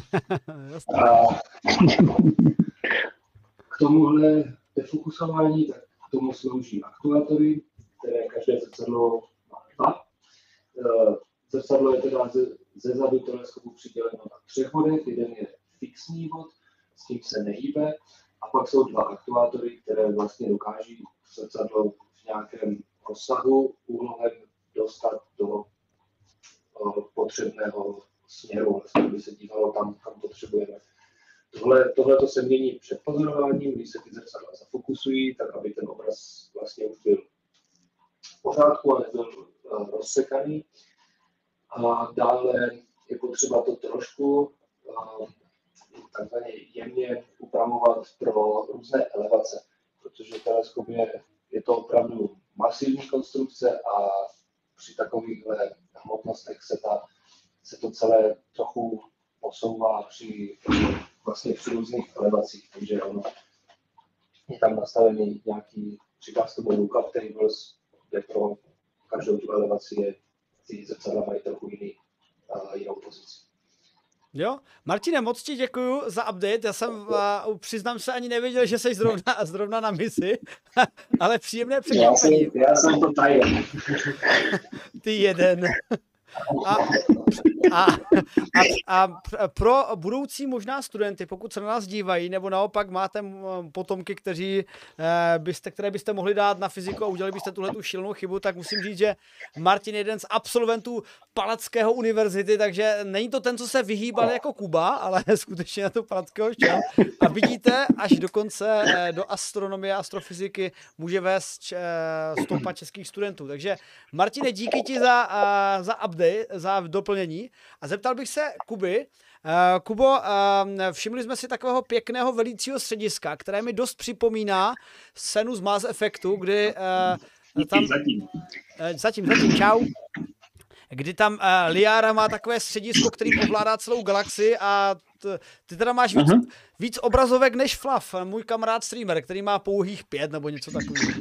K tomuhle defokusování, tak k tomu slouží aktuátory, které každé zrcadlo má 2. Zrcadlo je teda ze zadu teleskopu přiděleno na 3 bodech, jeden je fixní bod, s tím se nehýbe, a pak jsou 2 aktuátory, které vlastně dokáží zrcadlo v nějakém rozsahu úhlovém dostat do potřebného směru, vlastně, aby se dívalo tam, kam potřebujeme. Tohle to se mění před pozorováním, když se ty zrcadla zafokusují, tak aby ten obraz vlastně už byl v pořádku a nebyl rozsekaný. A dále je potřeba to trošku takzvaně jemně upravovat pro různé elevace, protože teleskop je to opravdu masivní konstrukce a při takovýchhle hmotnostech se to celé trochu posouvá při různých elevacích, takže ono je tam nastavený nějaký přikázkový lookup tables, kde pro každou tu elevaci ty zrcadla mají trochu jinou pozici. Jo, Martine, moc ti děkuju za update. Já jsem, přiznám se, ani nevěděl, že jsi zrovna na misi, ale příjemné překvapení. Já jsem to tajil. Ty jeden. A pro budoucí možná studenty, pokud se na nás dívají, nebo naopak máte potomky, které byste mohli dát na fyziku a udělali byste tuhletu šílenou chybu, tak musím říct, že Martin je jeden z absolventů Palackého univerzity, takže není to ten, co se vyhýbal jako Kuba, ale skutečně na to Palackého šel. A vidíte, až dokonce do astronomie a astrofyziky může vést stopa českých studentů. Takže Martine, díky ti za update, za doplnění. A zeptal bych se Kuby. Kubo, všimli jsme si takového pěkného velícího střediska, které mi dost připomíná scénu z Mass Effectu, kdy tam... Zatím, čau. Kdy tam Liara má takové středisko, který ovládá celou galaxii a ty teda máš víc obrazovek než Fluff, můj kamarád streamer, který má pouhých 5 nebo něco takového.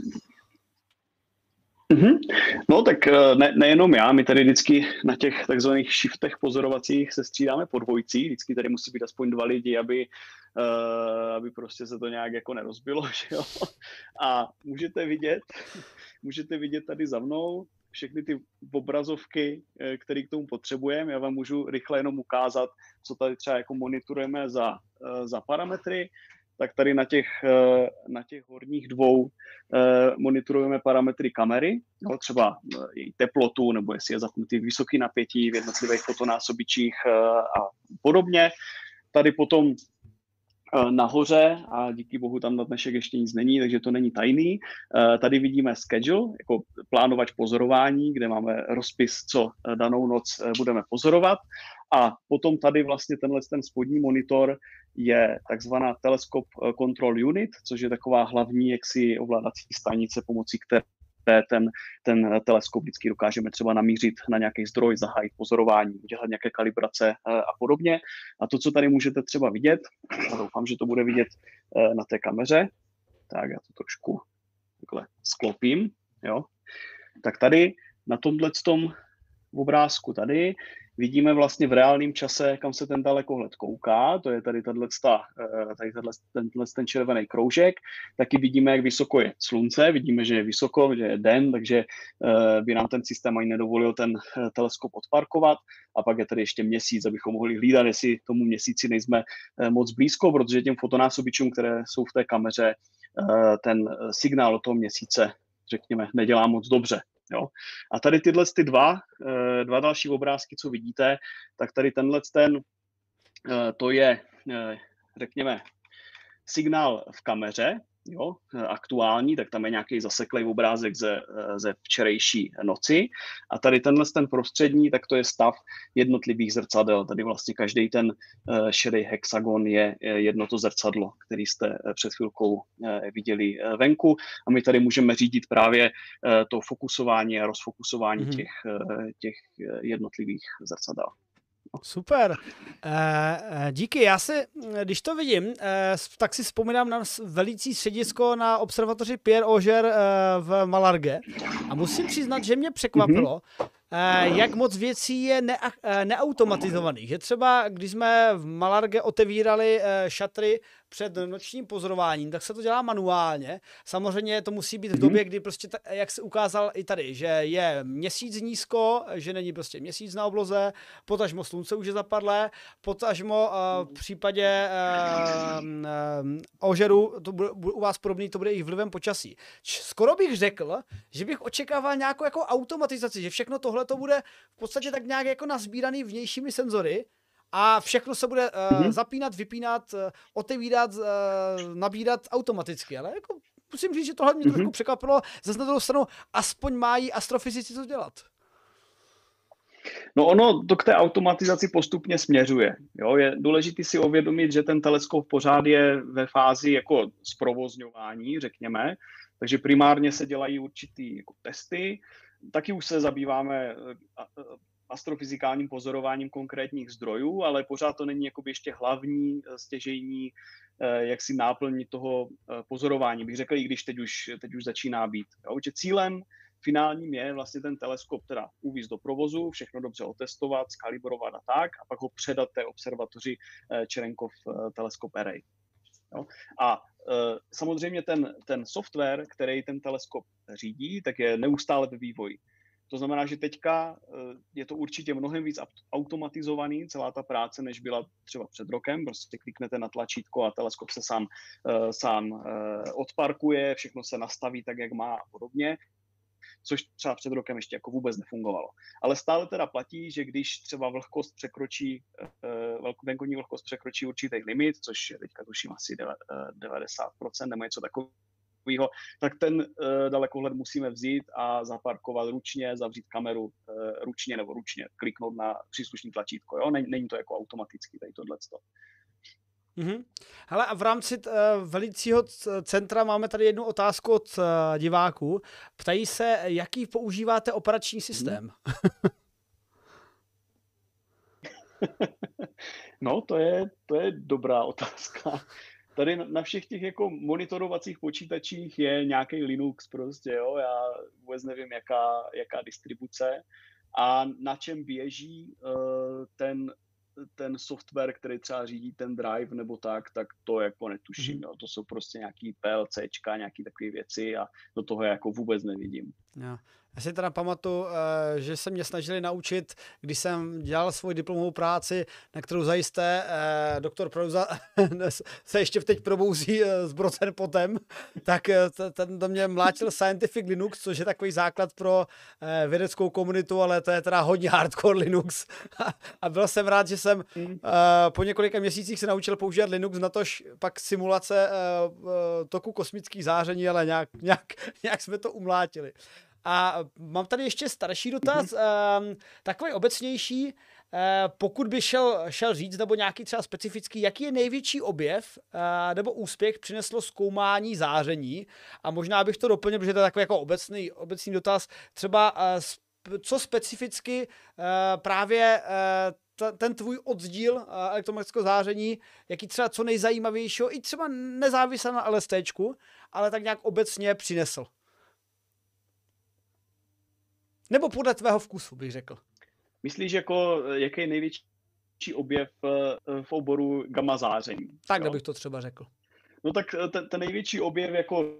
No tak nejenom já, my tady vždycky na těch takzvaných shiftech pozorovacích se střídáme po dvojcích, vždycky tady musí být aspoň 2 lidi, aby prostě se to nějak jako nerozbilo, že jo. A můžete vidět tady za mnou všechny ty obrazovky, které k tomu potřebujeme. Já vám můžu rychle jenom ukázat, co tady třeba jako monitorujeme za parametry. Tak tady na těch horních 2 monitorujeme parametry kamery, no, třeba její teplotu, nebo jestli je zapnutý vysoký napětí v jednotlivých fotonásobičích a podobně. Tady potom nahoře a díky bohu tam na dnešek ještě nic není, takže to není tajný. Tady vidíme schedule, jako plánovač pozorování, kde máme rozpis, co danou noc budeme pozorovat. A potom tady vlastně ten spodní monitor je takzvaná Telescope Control Unit, což je taková hlavní jaksi ovládací stanice, pomocí které ten teleskop vždycky dokážeme třeba namířit na nějaký zdroj, zahájit pozorování, udělat nějaké kalibrace a podobně. A to, co tady můžete třeba vidět, a doufám, že to bude vidět na té kameře, tak já to trošku takhle sklopím, jo. Tak tady na tomhletom obrázku tady vidíme vlastně v reálném čase, kam se ten dalekohled kouká, to je tady ten červený kroužek, taky vidíme, jak vysoko je slunce, vidíme, že je vysoko, že je den, takže by nám ten systém ani nedovolil ten teleskop odparkovat, a pak je tady ještě měsíc, abychom mohli hlídat, jestli tomu měsíci nejsme moc blízko, protože těm fotonásobičům, které jsou v té kameře, ten signál od toho měsíce, řekněme, nedělá moc dobře. Jo. A tady tyhle dva další obrázky, co vidíte, tak tady to je, řekněme, signál v kameře, jo, aktuální, tak tam je nějaký zaseklej obrázek ze včerejší noci. A tady ten prostřední, tak to je stav jednotlivých zrcadel. Tady vlastně každý ten šedý hexagon je jedno to zrcadlo, který jste před chvilkou viděli venku. A my tady můžeme řídit právě to fokusování a rozfokusování těch jednotlivých zrcadel. Super. Díky. Já si, když to vidím, tak si vzpomínám na velící středisko na observatoři Pierre Auger v Malargě. A musím přiznat, že mě překvapilo, jak moc věcí je neautomatizovaných. Že třeba, když jsme v Malargě otevírali šatry před nočním pozorováním, tak se to dělá manuálně. Samozřejmě to musí být v době, kdy prostě, jak se ukázal i tady, že je měsíc nízko, že není prostě měsíc na obloze, potažmo slunce už je zapadlé, potažmo v případě Augeru, to bude u vás podobný, to bude i vlivem počasí. Skoro bych řekl, že bych očekával nějakou jako automatizaci, že všechno tohle to bude v podstatě tak nějak jako nazbíraný vnějšími senzory, a všechno se bude zapínat, vypínat, otevírat, nabírat automaticky. Ale jako musím říct, že tohle mě trošku překvapilo. Zase na druhou stranu aspoň mají astrofyzici co dělat. No ono to k té automatizaci postupně směřuje. Jo? Je důležité si uvědomit, že ten teleskop pořád je ve fázi jako zprovozňování, řekněme. Takže primárně se dělají určitý jako testy. Taky už se zabýváme astrofyzikálním pozorováním konkrétních zdrojů, ale pořád to není jakoby ještě hlavní stěžejní jaksi náplň toho pozorování. Bych řekl, i když teď už začíná být. Jo? Že cílem finálním je vlastně ten teleskop teda uvést do provozu, všechno dobře otestovat, skalibrovat a tak, a pak ho předat té observatoři Cherenkov Telescope Array. Jo? A samozřejmě ten software, který ten teleskop řídí, tak je neustále ve vývoji. To znamená, že teďka je to určitě mnohem víc automatizovaný, celá ta práce, než byla třeba před rokem. Prostě kliknete na tlačítko a teleskop se sám odparkuje, všechno se nastaví tak, jak má a podobně, což třeba před rokem ještě jako vůbec nefungovalo. Ale stále teda platí, že když třeba venkovní vlhkost překročí určitý limit, což je teďka tuším asi 90% nebo něco takového, tak ten dalekohled musíme vzít a zaparkovat ručně, zavřít kameru ručně kliknout na příslušný tlačítko. Jo? Není to jako automaticky tady tohleto. Hele, a v rámci velicího centra máme tady jednu otázku od diváků. Ptají se, jaký používáte operační systém? No, to je dobrá otázka. Tady na všech těch jako monitorovacích počítačích je nějaký Linux prostě, jo, já vůbec nevím, jaká distribuce a na čem běží ten software, který třeba řídí ten drive nebo tak to jako netuším, jo. To jsou prostě nějaký PLCčka, nějaký takové věci a do toho jako vůbec nevidím. Jo. Já si teda pamatuju, že se mě snažili naučit, když jsem dělal svoji diplomovou práci, na kterou zajisté doktor Prouza se ještě teď probouzí s brocen potem, tak ten do mě mlátil Scientific Linux, což je takový základ pro vědeckou komunitu, ale to je teda hodně hardcore Linux. A byl jsem rád, že jsem po několika měsících se naučil používat Linux, natož pak simulace toku kosmických záření, ale nějak jsme to umlátili. A mám tady ještě starší dotaz, takový obecnější, pokud by šel říct, nebo nějaký třeba specifický, jaký je největší objev nebo úspěch přineslo zkoumání záření, a možná bych to doplnil, protože to je takový jako obecný dotaz, třeba co specificky právě ten tvůj oddíl elektromagnetického záření, jaký třeba co nejzajímavějšího, i třeba nezávisle na LSTčku, ale tak nějak obecně přinesl. Nebo podle tvého vkusu, bych řekl. Myslíš, jako, jaký je největší objev v oboru gamma záření? Takhle bych to třeba řekl. No tak ten největší objev jako...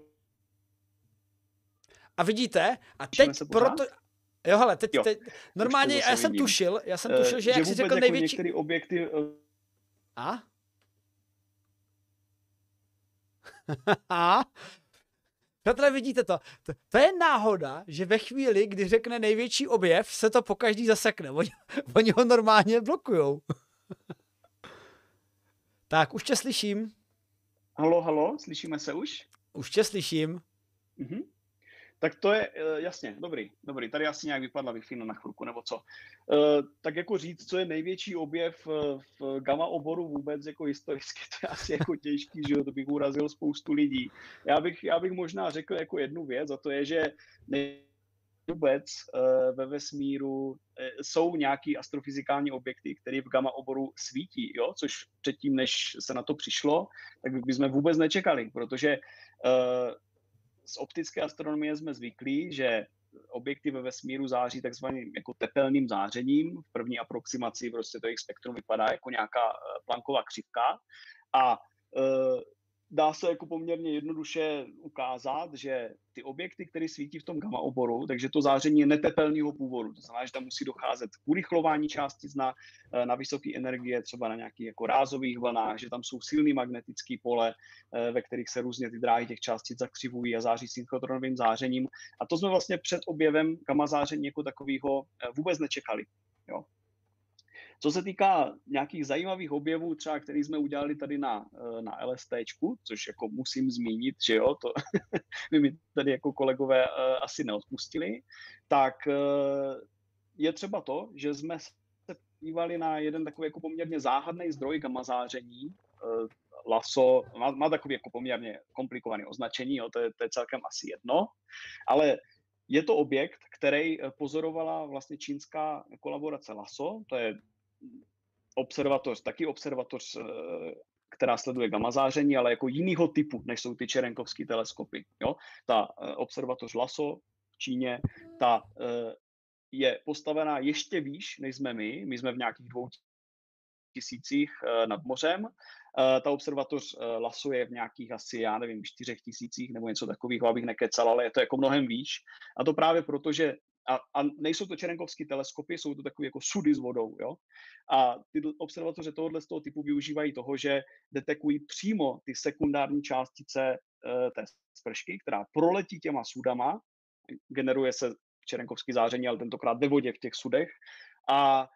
A vidíte, a teď proto... Jo, hele, teď normálně já jsem tušil, že jak jsi řekl jako největší... některé objekty... A? Petre, vidíte to? To je náhoda, že ve chvíli, kdy řekne největší objev, se to pokaždý zasekne. Oni ho normálně blokujou. Tak, už tě slyším. Halo, slyšíme se už? Už tě slyším. Tak to je, jasně, dobrý. Tady asi nějak vypadla Wi-Fi na chvilku, nebo co. Tak jako říct, co je největší objev v gamma oboru vůbec, jako historicky, to je asi jako těžký, že jo, to bych urazil spoustu lidí. Já bych možná řekl jako jednu věc, a to je, že vůbec ve vesmíru jsou nějaký astrofyzikální objekty, které v gamma oboru svítí, jo? Což předtím, než se na to přišlo, tak bychom vůbec nečekali, protože z optické astronomie jsme zvyklí, že objekty ve vesmíru září takzvaným jako tepelným zářením. V první aproximaci prostě to jejich spektrum vypadá jako nějaká Planckova křivka a dá se jako poměrně jednoduše ukázat, že ty objekty, které svítí v tom gamma oboru, takže to záření je netepelného původu. To znamená, že tam musí docházet k urychlování částic na vysoké energie, třeba na nějakých jako rázových vlnách, že tam jsou silný magnetický pole, ve kterých se různě ty dráhy těch částic zakřivují a září synchrotronovým zářením. A to jsme vlastně před objevem gamma záření jako takového vůbec nečekali. Jo. Co se týká nějakých zajímavých objevů, třeba který jsme udělali tady na LSTčku, což jako musím zmínit, že jo, to by mi tady jako kolegové asi neodpustili, tak je třeba to, že jsme se dívali na jeden takový jako poměrně záhadný zdroj gamma záření, LASO, má takový jako poměrně komplikovaný označení, jo, to je celkem asi jedno, ale je to objekt, který pozorovala vlastně čínská kolaborace LASO, to je observatoř, která sleduje gamma záření, ale jako jinýho typu, než jsou ty čerenkovské teleskopy. Jo? Ta observatoř LASO v Číně, ta je postavená ještě výš, než jsme my. My jsme v nějakých 2000 nad mořem. Ta observatoř LASO je v nějakých asi, 4000 nebo něco takového, abych nekecal, ale je to jako mnohem výš. A to právě proto, že a nejsou to čerenkovské teleskopy, jsou to takové jako sudy s vodou. Jo? A ty observatoře tohohle z toho typu využívají toho, že detekují přímo ty sekundární částice té spršky, která proletí těma sudama, generuje se čerenkovské záření, ale tentokrát ve vodě v těch sudech. A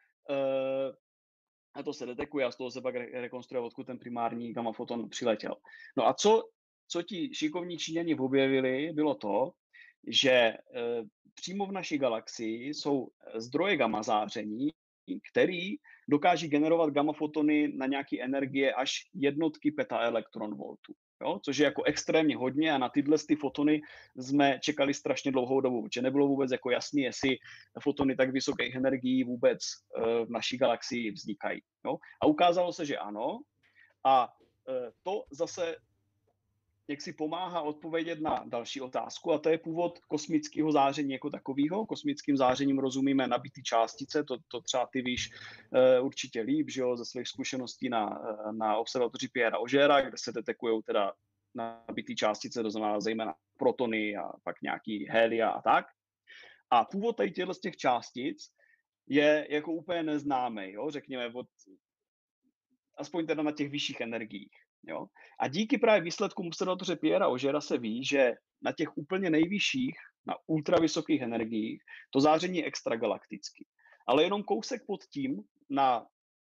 to se detekuje a z toho se pak rekonstruuje, odkud ten primární gamma foton přiletěl. No a co ti šikovní Číňani objevili, bylo to, že přímo v naší galaxii jsou zdroje gamma záření, který dokáží generovat gamma fotony na nějaké energie až jednotky petaelektronvoltů. Jo? Což je jako extrémně hodně a na tyhle ty fotony jsme čekali strašně dlouhou dobu, protože nebylo vůbec jako jasné, jestli fotony tak vysokých energií vůbec v naší galaxii vznikají. Jo? A ukázalo se, že ano. A to zase jak si pomáhá odpovědět na další otázku, a to je původ kosmického záření jako takového. Kosmickým zářením rozumíme nabitý částice, to třeba ty víš určitě líp, že jo, ze svých zkušeností na observatoři Pierra Augera, kde se detekují teda nabitý částice, to znamená zejména protony a pak nějaký helia a tak. A původ tady těchto z těch částic je jako úplně neznámý, jo, řekněme, aspoň teda na těch vyšších energiích. Jo? A díky právě výsledkům observatoře Pierra Augera se ví, že na těch úplně nejvyšších, na ultravysokých energiích, to záření je extragalaktický. Ale jenom kousek pod tím, na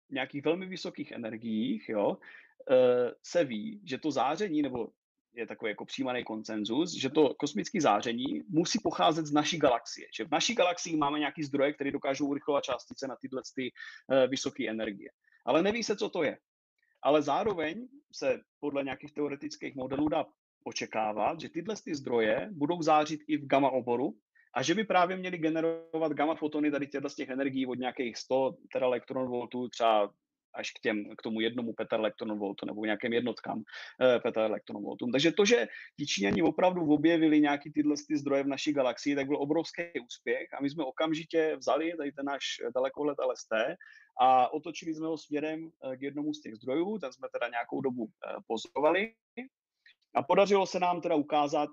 nějakých velmi vysokých energiích, jo, se ví, že to záření, nebo je takový jako přijímaný konsenzus, že to kosmické záření musí pocházet z naší galaxie. Že v naší galaxii máme nějaký zdroje, které dokážou urychlovat částice na tyhle vysoké energie. Ale neví se, co to je. Ale zároveň se podle nějakých teoretických modelů dá očekávat, že tyhle zdroje budou zářit i v gamma oboru a že by právě měly generovat gamma fotony tady z těch energií od nějakých 100 teraelektronvoltů třeba až k tomu jednomu petaelektronvoltu nebo nějakým jednotkám petaelektronvoltům. Takže to, že ti Číňani opravdu objevili nějaký tyhle zdroje v naší galaxii, tak byl obrovský úspěch a my jsme okamžitě vzali tady ten náš dalekohled LST a otočili jsme ho směrem k jednomu z těch zdrojů, ten jsme teda nějakou dobu pozorovali a podařilo se nám teda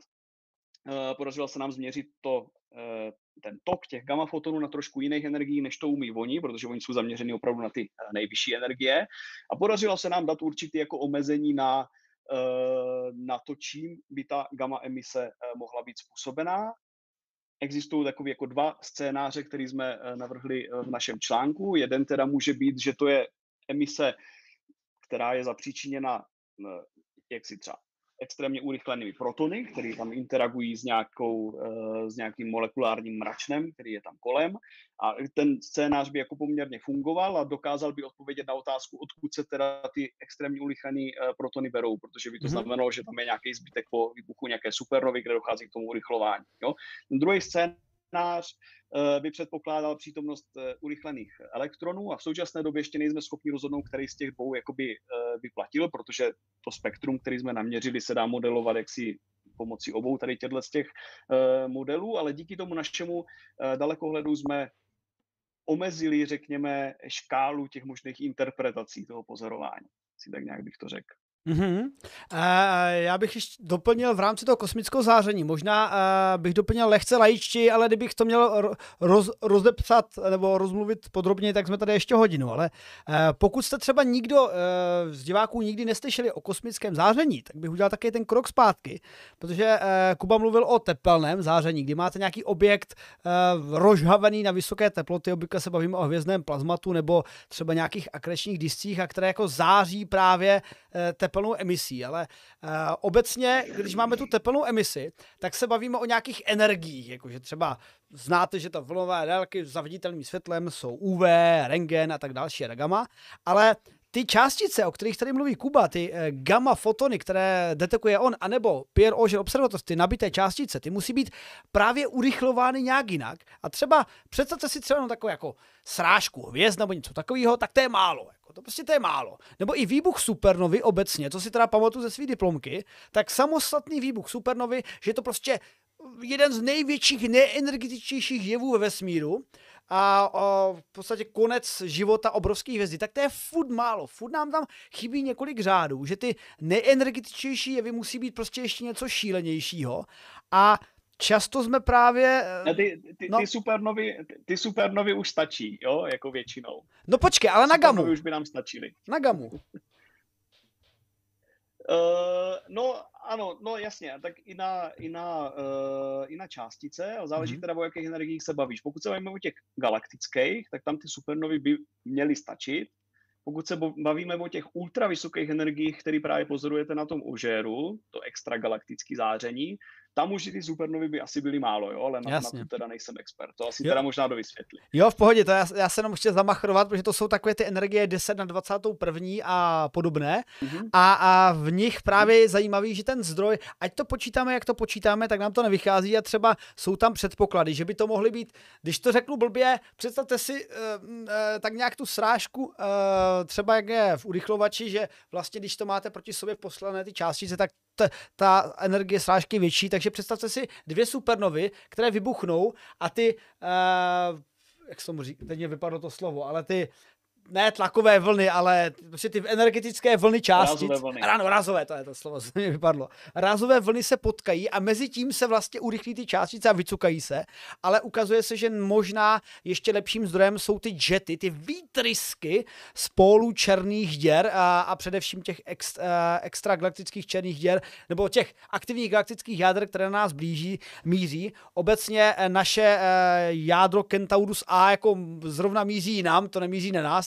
změřit ten tok těch gamma fotonů na trošku jiných energií, než to umí oni, protože oni jsou zaměřeni opravdu na ty nejvyšší energie. A podařilo se nám dát určitý jako omezení na to, čím by ta gamma emise mohla být způsobená. Existují takové jako 2 scénáře, které jsme navrhli v našem článku. Jeden teda může být, že to je emise, která je zapříčiněna jaksi třeba extrémně urychlenými protony, které tam interagují s nějakým molekulárním mračnem, který je tam kolem. A ten scénář by jako poměrně fungoval a dokázal by odpovědět na otázku, odkud se teda ty extrémně urychlené protony berou, protože by to znamenalo, že tam je nějaký zbytek po výbuchu nějaké supernovy, kde dochází k tomu urychlování. Jo? Ten druhý scénář by předpokládal přítomnost urychlených elektronů a v současné době ještě nejsme schopni rozhodnout, který z těch dvou jakoby by platil, protože to spektrum, který jsme naměřili, se dá modelovat jaksi pomocí obou tady těchto z těch modelů, ale díky tomu našemu dalekohledu jsme omezili, řekněme, škálu těch možných interpretací toho pozorování. Tak nějak bych to řekl. Já bych ještě doplnil v rámci toho kosmického záření. Možná bych doplnil lehce laičtí, ale kdybych to měl rozepsat nebo rozmluvit podrobně, tak jsme tady ještě hodinu. Ale pokud jste třeba nikdo z diváků nikdy neslyšeli o kosmickém záření, tak bych udělal taky ten krok zpátky, protože Kuba mluvil o tepelném záření, kdy máte nějaký objekt rozžhavený na vysoké teploty, obvykle se bavíme o hvězdném plazmatu nebo třeba nějakých akrečních discích, a které jako září právě tepelnou emisí, ale obecně, když máme tu tepelnou emisi, tak se bavíme o nějakých energiích, jakože třeba znáte, že ta vlnové délky za viditelným světlem jsou UV, rentgen a tak další a gamma, ale ty částice, o kterých tady mluví Kuba, ty gamma fotony, které detekuje on, anebo Pierre Auger observatoř, ty nabité částice, ty musí být právě urychlovány nějak jinak. A třeba představte si třeba takovou jako srážku hvězd nebo něco takového, tak to je málo. To je málo. Nebo i výbuch supernovy obecně, co si teda pamatuju ze své diplomky, tak samostatný výbuch supernovy, že je to prostě jeden z největších, nejenergetičtějších jevů ve vesmíru a v podstatě konec života obrovských hvězdy, tak to je furt málo. Furt nám tam chybí několik řádů, že ty nejenergetičtější jevy musí být prostě ještě něco šílenějšího a často jsme právě... Ty supernovy už stačí, jo, jako většinou. No počkej, ale na gamu. Supernovy už by nám stačily. Na gamu. No ano, no jasně, tak i na částice, a záleží teda, o jakých energiích se bavíš. Pokud se bavíme o těch galaktických, tak tam ty supernovy by měly stačit. Pokud se bavíme o těch ultravysokých energiích, které právě pozorujete na tom Augeru, to extragalaktické záření, tam už ty supernovy by asi byly málo, jo, ale na to teda nejsem expert. To asi teda možná dovysvětlí. Jo, v pohodě, to já se jenom chci zamachrovat, protože to jsou takové ty energie 10 na 21. a podobné. A v nich právě je zajímavý, že ten zdroj, ať to počítáme, jak to počítáme, tak nám to nevychází a třeba jsou tam předpoklady, že by to mohly být, když to řeknu blbě, představte si tak nějak tu srážku, třeba jak je v urychlovači, že vlastně když to máte proti sobě poslané ty částice, tak ta energie srážky je větší, takže představte si 2 supernovy, které vybuchnou a ty, jak se tomu říká, teď mě vypadlo to slovo, ale ty, ne tlakové vlny, ale prostě ty energetické vlny částic. Rázové, to je to slovo, co mě vypadlo. Rázové vlny se potkají a mezi tím se vlastně urychlí ty částice a vycukají se, ale ukazuje se, že možná ještě lepším zdrojem jsou ty jety, ty výtrysky z pólů černých děr a především těch extragalaktických černých děr, nebo těch aktivních galaktických jáder, které na nás míří. Obecně naše jádro Centaurus A jako zrovna míří nám, to nemíří na nás,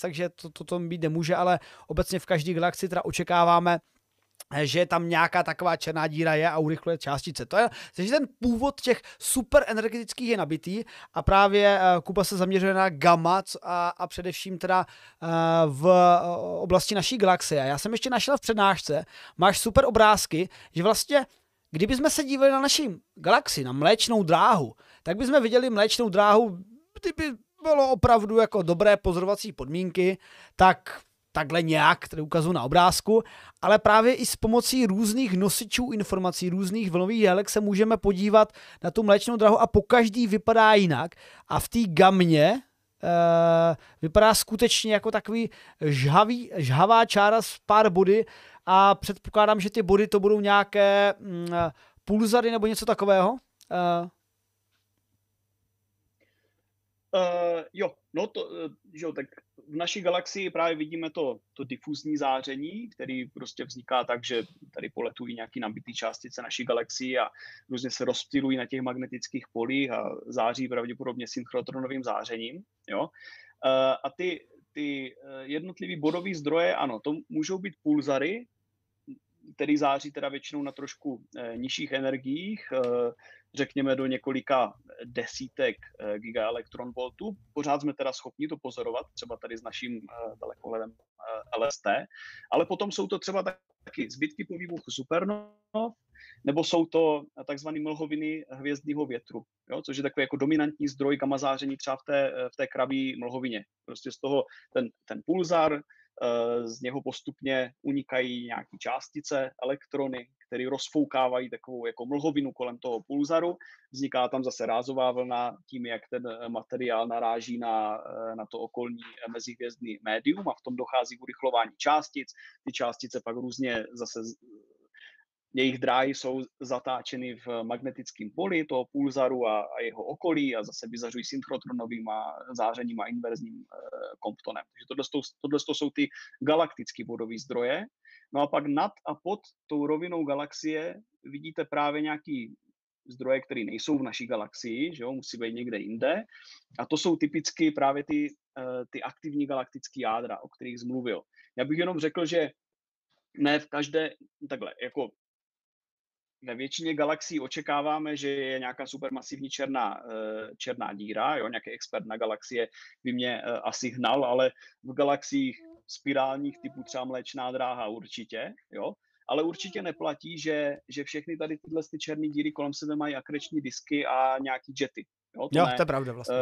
takže to být nemůže, ale obecně v každé galaxii teda očekáváme, že tam nějaká taková černá díra je a urychluje částice. Takže ten původ těch super energetických je nabitý a právě Kuba se zaměřuje na gamma a především teda v oblasti naší galaxie. Já jsem ještě našel v přednášce, máš super obrázky, že vlastně kdybychom se dívali na naší galaxii, na Mléčnou dráhu, tak bychom viděli Mléčnou dráhu, kdyby bylo opravdu jako dobré pozorovací podmínky, tak takhle nějak, který ukazuju na obrázku, ale právě i s pomocí různých nosičů informací, různých vlnových délek se můžeme podívat na tu Mléčnou dráhu a pokaždý vypadá jinak. A v té gamě vypadá skutečně jako takový žhavá čára s pár body a předpokládám, že ty body to budou nějaké pulzary nebo něco takového. Jo, tak v naší galaxii právě vidíme to difuzní záření, který prostě vzniká tak, že tady poletují nějaký nabitý částice naší galaxii a různě se rozptýlují na těch magnetických polích a září pravděpodobně synchrotronovým zářením. Jo? A ty jednotlivý bodový zdroje, ano, to můžou být pulzary, který září teda většinou na trošku nižších energiích, řekněme do několika desítek gigaelektronvoltů. Pořád jsme teda schopni to pozorovat, třeba tady s naším dalekohledem LST, ale potom jsou to třeba taky zbytky po výbuchu supernov, nebo jsou to takzvané mlhoviny hvězdného větru, jo? Což je takový jako dominantní zdroj gamma záření třeba v té kraví mlhovině. Prostě z toho ten pulzar, z něho postupně unikají nějaké částice, elektrony, které rozfoukávají takovou jako mlhovinu kolem toho pulzaru. Vzniká tam zase rázová vlna tím, jak ten materiál naráží na to okolní mezihvězdné médium a v tom dochází k urychlování částic. Ty částice pak různě zase jejich dráhy jsou zatáčeny v magnetickém poli toho pulzaru a jeho okolí a zase vyzařují synchrotronovým zářením a inverzním komptonem. Takže tohle jsou ty galaktické bodové zdroje. No a pak nad a pod tou rovinou galaxie vidíte právě nějaký zdroje, které nejsou v naší galaxii, že jo, musí být někde jinde. A to jsou typicky právě ty aktivní galaktické jádra, o kterých jsi mluvil. Já bych jenom řekl, že ne v každé, takhle, jako ve většině galaxií očekáváme, že je nějaká supermasivní černá díra, jo, nějaký expert na galaxie by mě asi hnal, ale v galaxiích spirálních typu třeba Mléčná dráha určitě, jo, ale určitě neplatí, že všechny tady tyhle černé díry kolem sebe mají akreční disky a nějaký jety. Jo, to je pravda vlastně.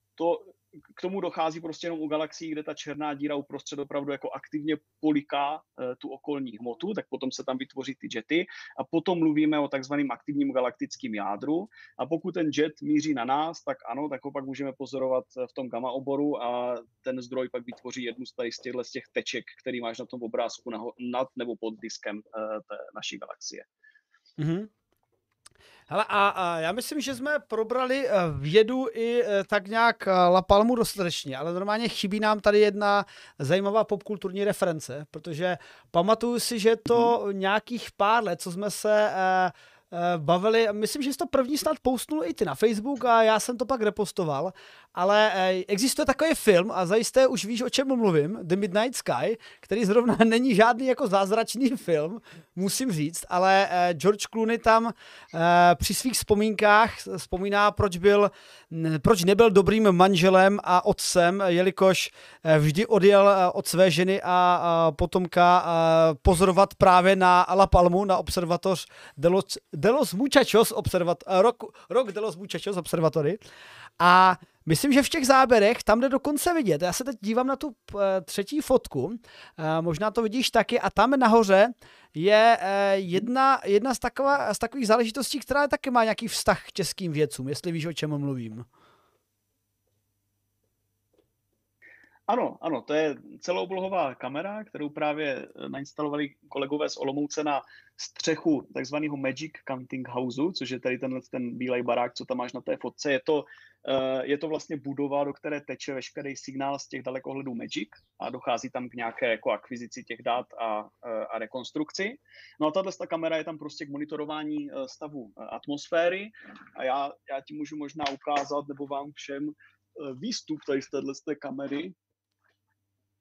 K tomu dochází prostě jenom u galaxií, kde ta černá díra uprostřed opravdu jako aktivně poliká tu okolní hmotu, tak potom se tam vytvoří ty jety a potom mluvíme o takzvaném aktivním galaktickém jádru a pokud ten jet míří na nás, tak ano, tak ho pak můžeme pozorovat v tom gamma oboru a ten zdroj pak vytvoří jednu z těch teček, který máš na tom obrázku nad nebo pod diskem té naší galaxie. Mm-hmm. Hele, a já myslím, že jsme probrali vědu i tak nějak La Palmu dostatečně, ale normálně chybí nám tady jedna zajímavá popkulturní reference, protože pamatuju si, že to nějakých pár let, co jsme se bavili, myslím, že jsi to první snad postnul i ty na Facebook a já jsem to pak repostoval, ale existuje takový film a zajisté už víš, o čem mluvím, The Midnight Sky, který zrovna není žádný jako zázračný film, musím říct, ale George Clooney tam při svých vzpomínkách vzpomíná, proč nebyl dobrým manželem a otcem, jelikož vždy odjel od své ženy a potomka pozorovat právě na La Palmu, na observatoř de los Muchachos Rock de los Muchachos Observatory. A myslím, že v těch záběrech tam jde dokonce vidět. Já se teď dívám na tu třetí fotku, možná to vidíš taky, a tam nahoře je jedna z takových záležitostí, která taky má nějaký vztah k českým vědcům, jestli víš, o čem mluvím. Ano, to je celooblohová kamera, kterou právě nainstalovali kolegové z Olomouce na střechu takzvaného Magic Counting Houseu, což je tady ten bílej barák, co tam máš na té fotce. Je to vlastně budova, do které teče veškerý signál z těch dalekohledů Magic a dochází tam k nějaké jako akvizici těch dat a rekonstrukci. No a tato kamera je tam prostě k monitorování stavu atmosféry a já ti můžu možná ukázat, nebo vám všem výstup tady z této kamery.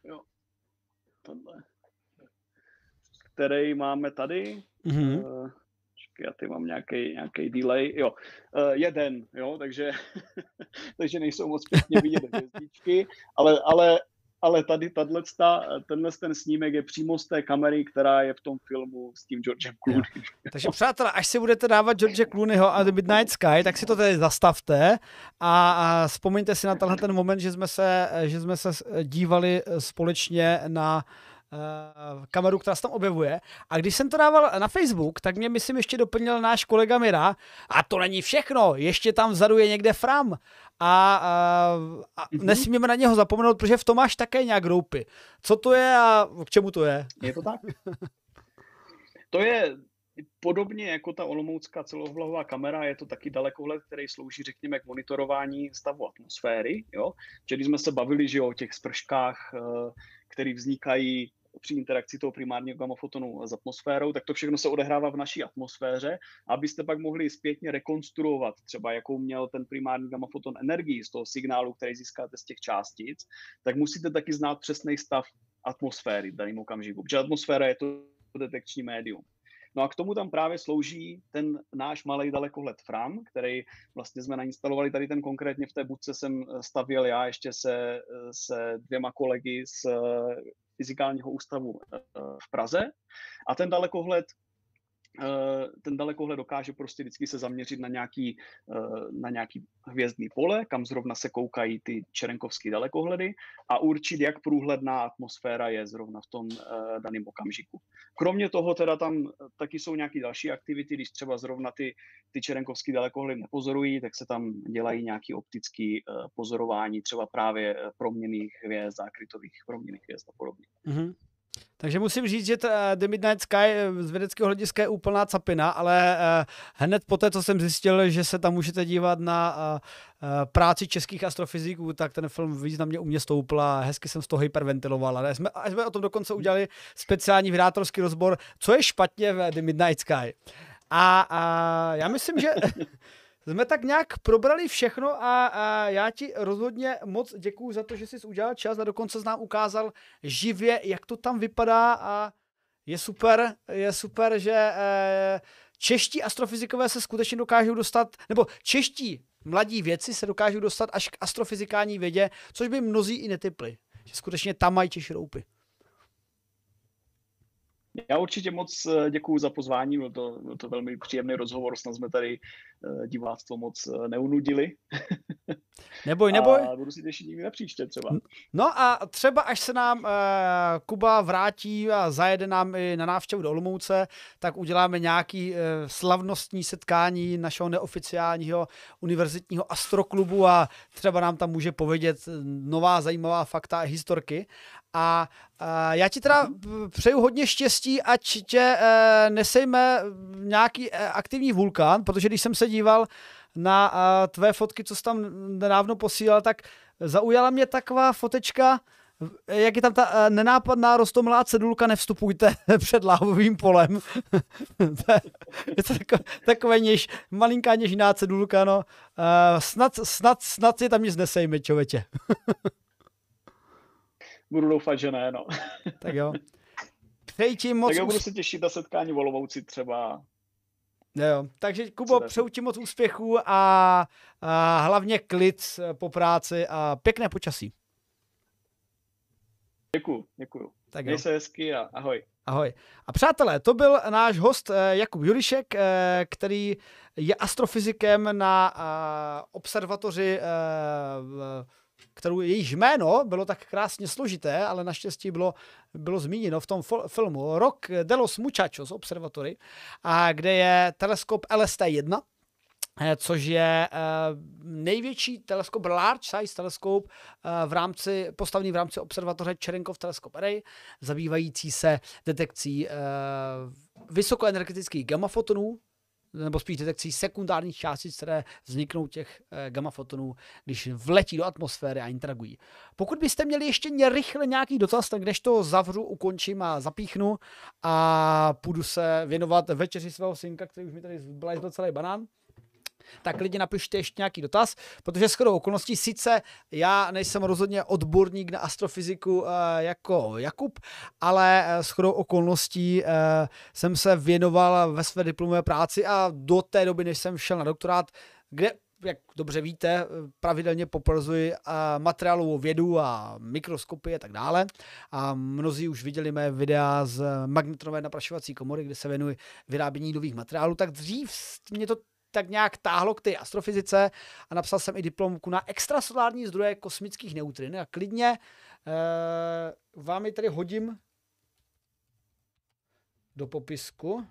Jo. Tenhle. Který máme tady. Já tady mám nějaký delay. Jo. Jeden, jo, takže nejsou moc pěkně vidět hvězdičky, ale tady tenhle ten snímek je přímo z té kamery, která je v tom filmu s tím Georgem Clooney. Takže přátelé, až si budete dávat George Clooneyho a The Midnight Sky, tak si to tady zastavte a vzpomeňte si na tenhle ten moment, že jsme se dívali společně na kameru, která se tam objevuje. A když jsem to dával na Facebook, tak mě myslím ještě doplnil náš kolega Mira. A to není všechno, ještě tam vzadu je někde Fram. A nesmíme na něho zapomenout, protože v tom máš také nějak roupy. Co to je a k čemu to je? Je to tak? To je podobně jako ta olomoucká celovlahová kamera, je to taky dalekohled, který slouží, řekněme, k monitorování stavu atmosféry. Jo? Čili jsme se bavili, že o těch sprškách, které vznikají při interakci toho primárního gamafotonu s atmosférou, tak to všechno se odehrává v naší atmosféře. Abyste pak mohli zpětně rekonstruovat třeba, jakou měl ten primární gamafoton energii z toho signálu, který získáte z těch částic, tak musíte taky znát přesný stav atmosféry v daném okamžiku, protože atmosféra je to detekční médium. No a k tomu tam právě slouží ten náš malej dalekohled Fram, který vlastně jsme nainstalovali tady ten konkrétně v té budce jsem stavěl já ještě se 2 kolegy z Fyzikálního ústavu v Praze. A ten dalekohled dokáže prostě vždycky se zaměřit na nějaký hvězdný pole, kam zrovna se koukají ty čerenkovské dalekohledy a určit, jak průhledná atmosféra je zrovna v tom daném okamžiku. Kromě toho teda tam taky jsou nějaké další aktivity, když třeba zrovna ty čerenkovské dalekohledy nepozorují, tak se tam dělají nějaké optické pozorování, třeba právě proměnných hvězd, zákrytových proměnných hvězd a podobně. Mm-hmm. Takže musím říct, že The Midnight Sky z vědeckého hlediska je úplná capina, ale hned poté, co jsem zjistil, že se tam můžete dívat na práci českých astrofyziků, tak ten film významně u mě stoupl a hezky jsem z toho hyperventiloval. A jsme o tom dokonce udělali speciální vydátorský rozbor, co je špatně v The Midnight Sky. A já myslím, že jsme tak nějak probrali všechno a já ti rozhodně moc děkuju za to, že jsi udělal čas a dokonce nám ukázal živě, jak to tam vypadá a je super, že čeští astrofyzikové se skutečně dokážou dostat, nebo čeští mladí vědci se dokážou dostat až k astrofyzikální vědě, což by mnozí i netypli. Že skutečně tam mají Češi roupy. Já určitě moc děkuju za pozvání, byl to velmi příjemný rozhovor, snad jsme tady diváctvo moc neunudili. Neboj. A budu si těšit někdy na příště třeba. No a třeba až se nám Kuba vrátí a zajede nám i na návštěvu do Olomouce, tak uděláme nějaký slavnostní setkání našeho neoficiálního univerzitního astroklubu a třeba nám tam může povědět nová zajímavá fakta a historky. A já ti teda přeju hodně štěstí, ať tě nesejme nějaký aktivní vulkán, protože když jsem se díval na tvé fotky, co jsi tam nedávno posílal, tak zaujala mě taková fotečka, jak je tam ta nenápadná roztomilá cedulka, nevstupujte před lávovým polem. Je to takové malinká něžná cedulka, no. Snad si tam nic nesejme, čověče. Budu doufat, že ne, no. Tak jo. Přeji ti moc... Tak já budu se těšit na setkání v Olomouci třeba. Jo. Takže Kubo, přeju ti moc úspěchů a hlavně klid po práci a pěkné počasí. Děkuju. Tak měj se hezky a ahoj. Ahoj. A přátelé, to byl náš host Jakub Julišek, který je astrofyzikem na observatoři, kterou jejíž jméno bylo tak krásně složité, ale naštěstí bylo zmíněno v tom filmu Rock de los Muchachos Observatory, a kde je teleskop LST-1, což je největší teleskop, large size teleskop postavený v rámci observatoře Cherenkov Telescope Array, zabývající se detekcí vysokoenergetických gamafotonů, nebo spíš detekcí sekundárních částic, které vzniknou těch gamafotonů, když vletí do atmosféry a interagují. Pokud byste měli ještě rychle nějaký dotaz, tak když to zavřu, ukončím a zapíchnu a půjdu se věnovat večeři svého synka, který už mi tady zblajzl celý banán. tak klidně napište ještě nějaký dotaz, protože shodou okolností sice já nejsem rozhodně odborník na astrofyziku jako Jakub, ale shodou okolností jsem se věnoval ve své diplomové práci a do té doby, než jsem šel na doktorát, kde, jak dobře víte, pravidelně popravuji materiálovou vědu a mikroskopy a tak dále. A mnozí už viděli mé videa z magnetronové naprašovací komory, kde se věnuji vyrábění nových materiálů, tak dřív mě to tak nějak táhlo k té astrofyzice a napsal jsem i diplomku na extrasolární zdroje kosmických neutrin. A klidně vám ji tady hodím do popisku.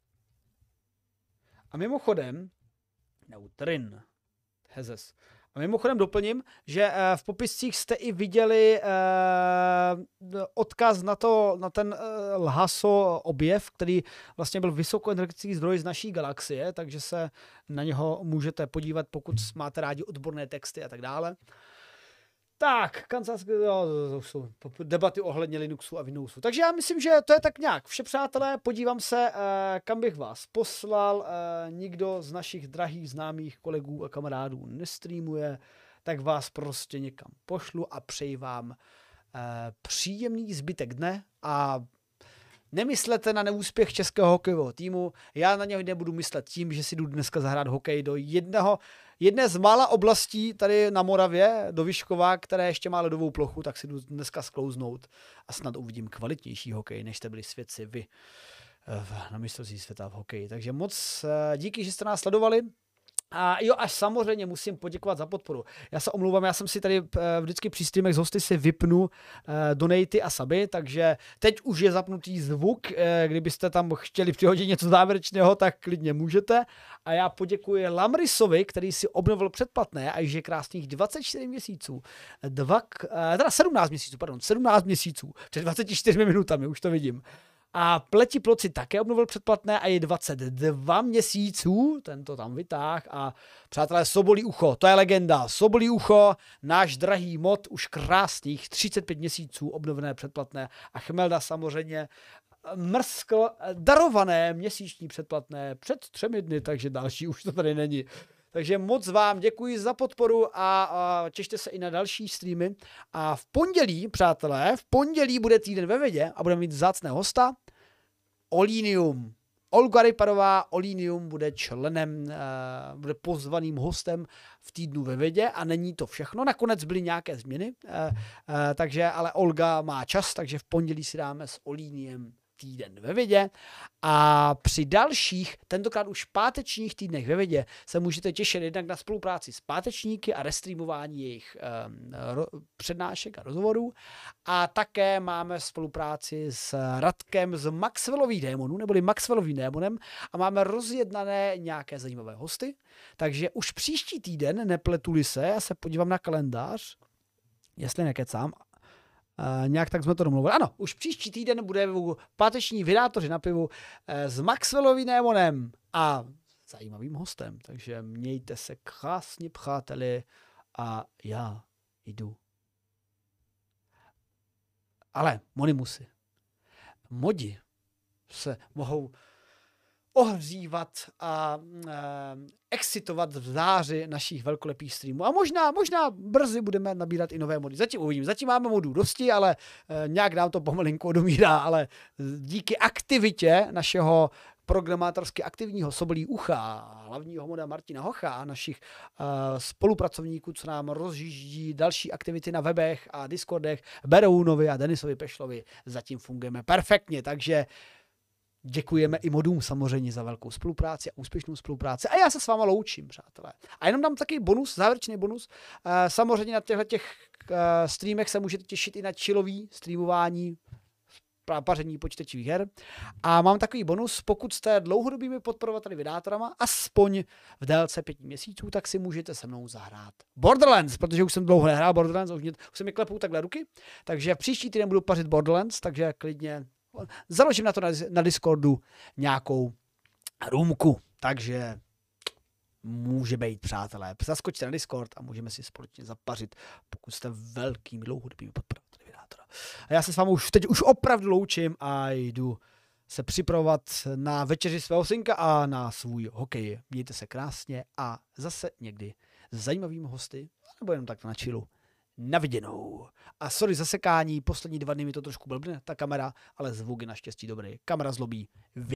A mimochodem, neutrin, hezes. A mimochodem doplním, že v popiscích jste i viděli odkaz na ten LHASO objev, který vlastně byl vysokoenergetický zdroj z naší galaxie, takže se na něho můžete podívat, pokud máte rádi odborné texty a tak dále. Tak, jsou debaty ohledně Linuxu a Windowsu. Takže já myslím, že to je tak nějak vše, přátelé. Podívám se, kam bych vás poslal. Nikdo z našich drahých známých kolegů a kamarádů nestreamuje, tak vás prostě někam pošlu a přeji vám příjemný zbytek dne a nemyslete na neúspěch českého hokejového týmu. Já na něj nebudu myslet tím, že si jdu dneska zahrát hokej do jedné z mála oblastí tady na Moravě, do Vyškova, které ještě má ledovou plochu, tak si jdu dneska sklouznout a snad uvidím kvalitnější hokej, než jste byli svědci vy na mistrovství světa v hokeji. Takže moc díky, že jste nás sledovali. A jo, až samozřejmě musím poděkovat za podporu. Já se omlouvám, já jsem si tady vždycky při streamech z hosty si vypnu donaty a suby, takže teď už je zapnutý zvuk, kdybyste tam chtěli přihodit něco závěrečného, tak klidně můžete. A já poděkuji Lamrisovi, který si obnovil předplatné a již je krásných 24 měsíců. 17 měsíců, před 24 minutami, už to vidím. A Pleti Ploci také obnovil předplatné a je 22 měsíců, tento tam vytáh a přátelé Sobolí ucho, to je legenda, Sobolí ucho, náš drahý mod, už krásných 35 měsíců obnovené předplatné a Chmelda samozřejmě mrskl darované měsíční předplatné před 3 dny, takže další už to tady není. Takže moc vám děkuji za podporu a těšte se i na další streamy. A v pondělí, přátelé, bude týden ve vědě a budeme mít vzácného hosta. Olinium. Olga Ryparová, Olinium bude bude pozvaným hostem v týdnu ve vědě a není to všechno. Nakonec byly nějaké změny, takže ale Olga má čas, takže v pondělí si dáme s Oliniem týden ve vědě a při dalších, tentokrát už pátečních týdnech ve vědě se můžete těšit jednak na spolupráci s pátečníky a restreamování jejich přednášek a rozhovorů a také máme spolupráci s Radkem z Maxwellových démonů, neboli Maxwellovým démonem a máme rozjednané nějaké zajímavé hosty, takže už příští týden, nepletuli se, já se podívám na kalendář, jestli nekecám, nějak tak jsme to domluvili. Ano, už příští týden bude páteční vydátoři na pivu s Maxwellovým démonem a zajímavým hostem. Takže mějte se krásně, přáteli, a já jdu. Ale monimusy. Modi se mohou ohřívat a excitovat v záři našich velkolepých streamů. A možná brzy budeme nabírat i nové mody. Zatím uvidím. Zatím máme modů dosti, ale nějak nám to pomalinku odumírá, ale díky aktivitě našeho programátorsky aktivního Sobolí ucha, hlavního moda Martina Hocha a našich spolupracovníků, co nám rozjíždí další aktivity na webech a Discordech, Berounovi a Denisovi Pešlovi, zatím fungujeme perfektně, takže děkujeme i modům samozřejmě za velkou spolupráci a úspěšnou spolupráci. A já se s váma loučím, přátelé. A jenom dám takový bonus, závěrečný bonus. Samozřejmě na těch streamech se můžete těšit i na chillový streamování, paření počítačových her. A mám takový bonus, pokud jste dlouhodobými podporovateli vydátorama, aspoň v délce 5 měsíců, tak si můžete se mnou zahrát Borderlands, protože už jsem dlouho nehrál Borderlands, už se mi klepou takhle ruky, takže příští týden budu pařit Borderlands, takže klidně založím na to na Discordu nějakou roomku, takže může být, přátelé. Zaskočte na Discord a můžeme si společně zapařit, pokud jste velkými dlouhodobými podporovateli vydátora. A já se s vámi teď už opravdu loučím a jdu se připravovat na večeři svého synka a na svůj hokej. Mějte se krásně a zase někdy s zajímavými hosty, nebo jenom tak na chillu. Na viděnou. A sorry za sekání, poslední 2 dny mi to trošku blbne, ta kamera, ale zvuk je naštěstí dobrý. Kamera zlobí.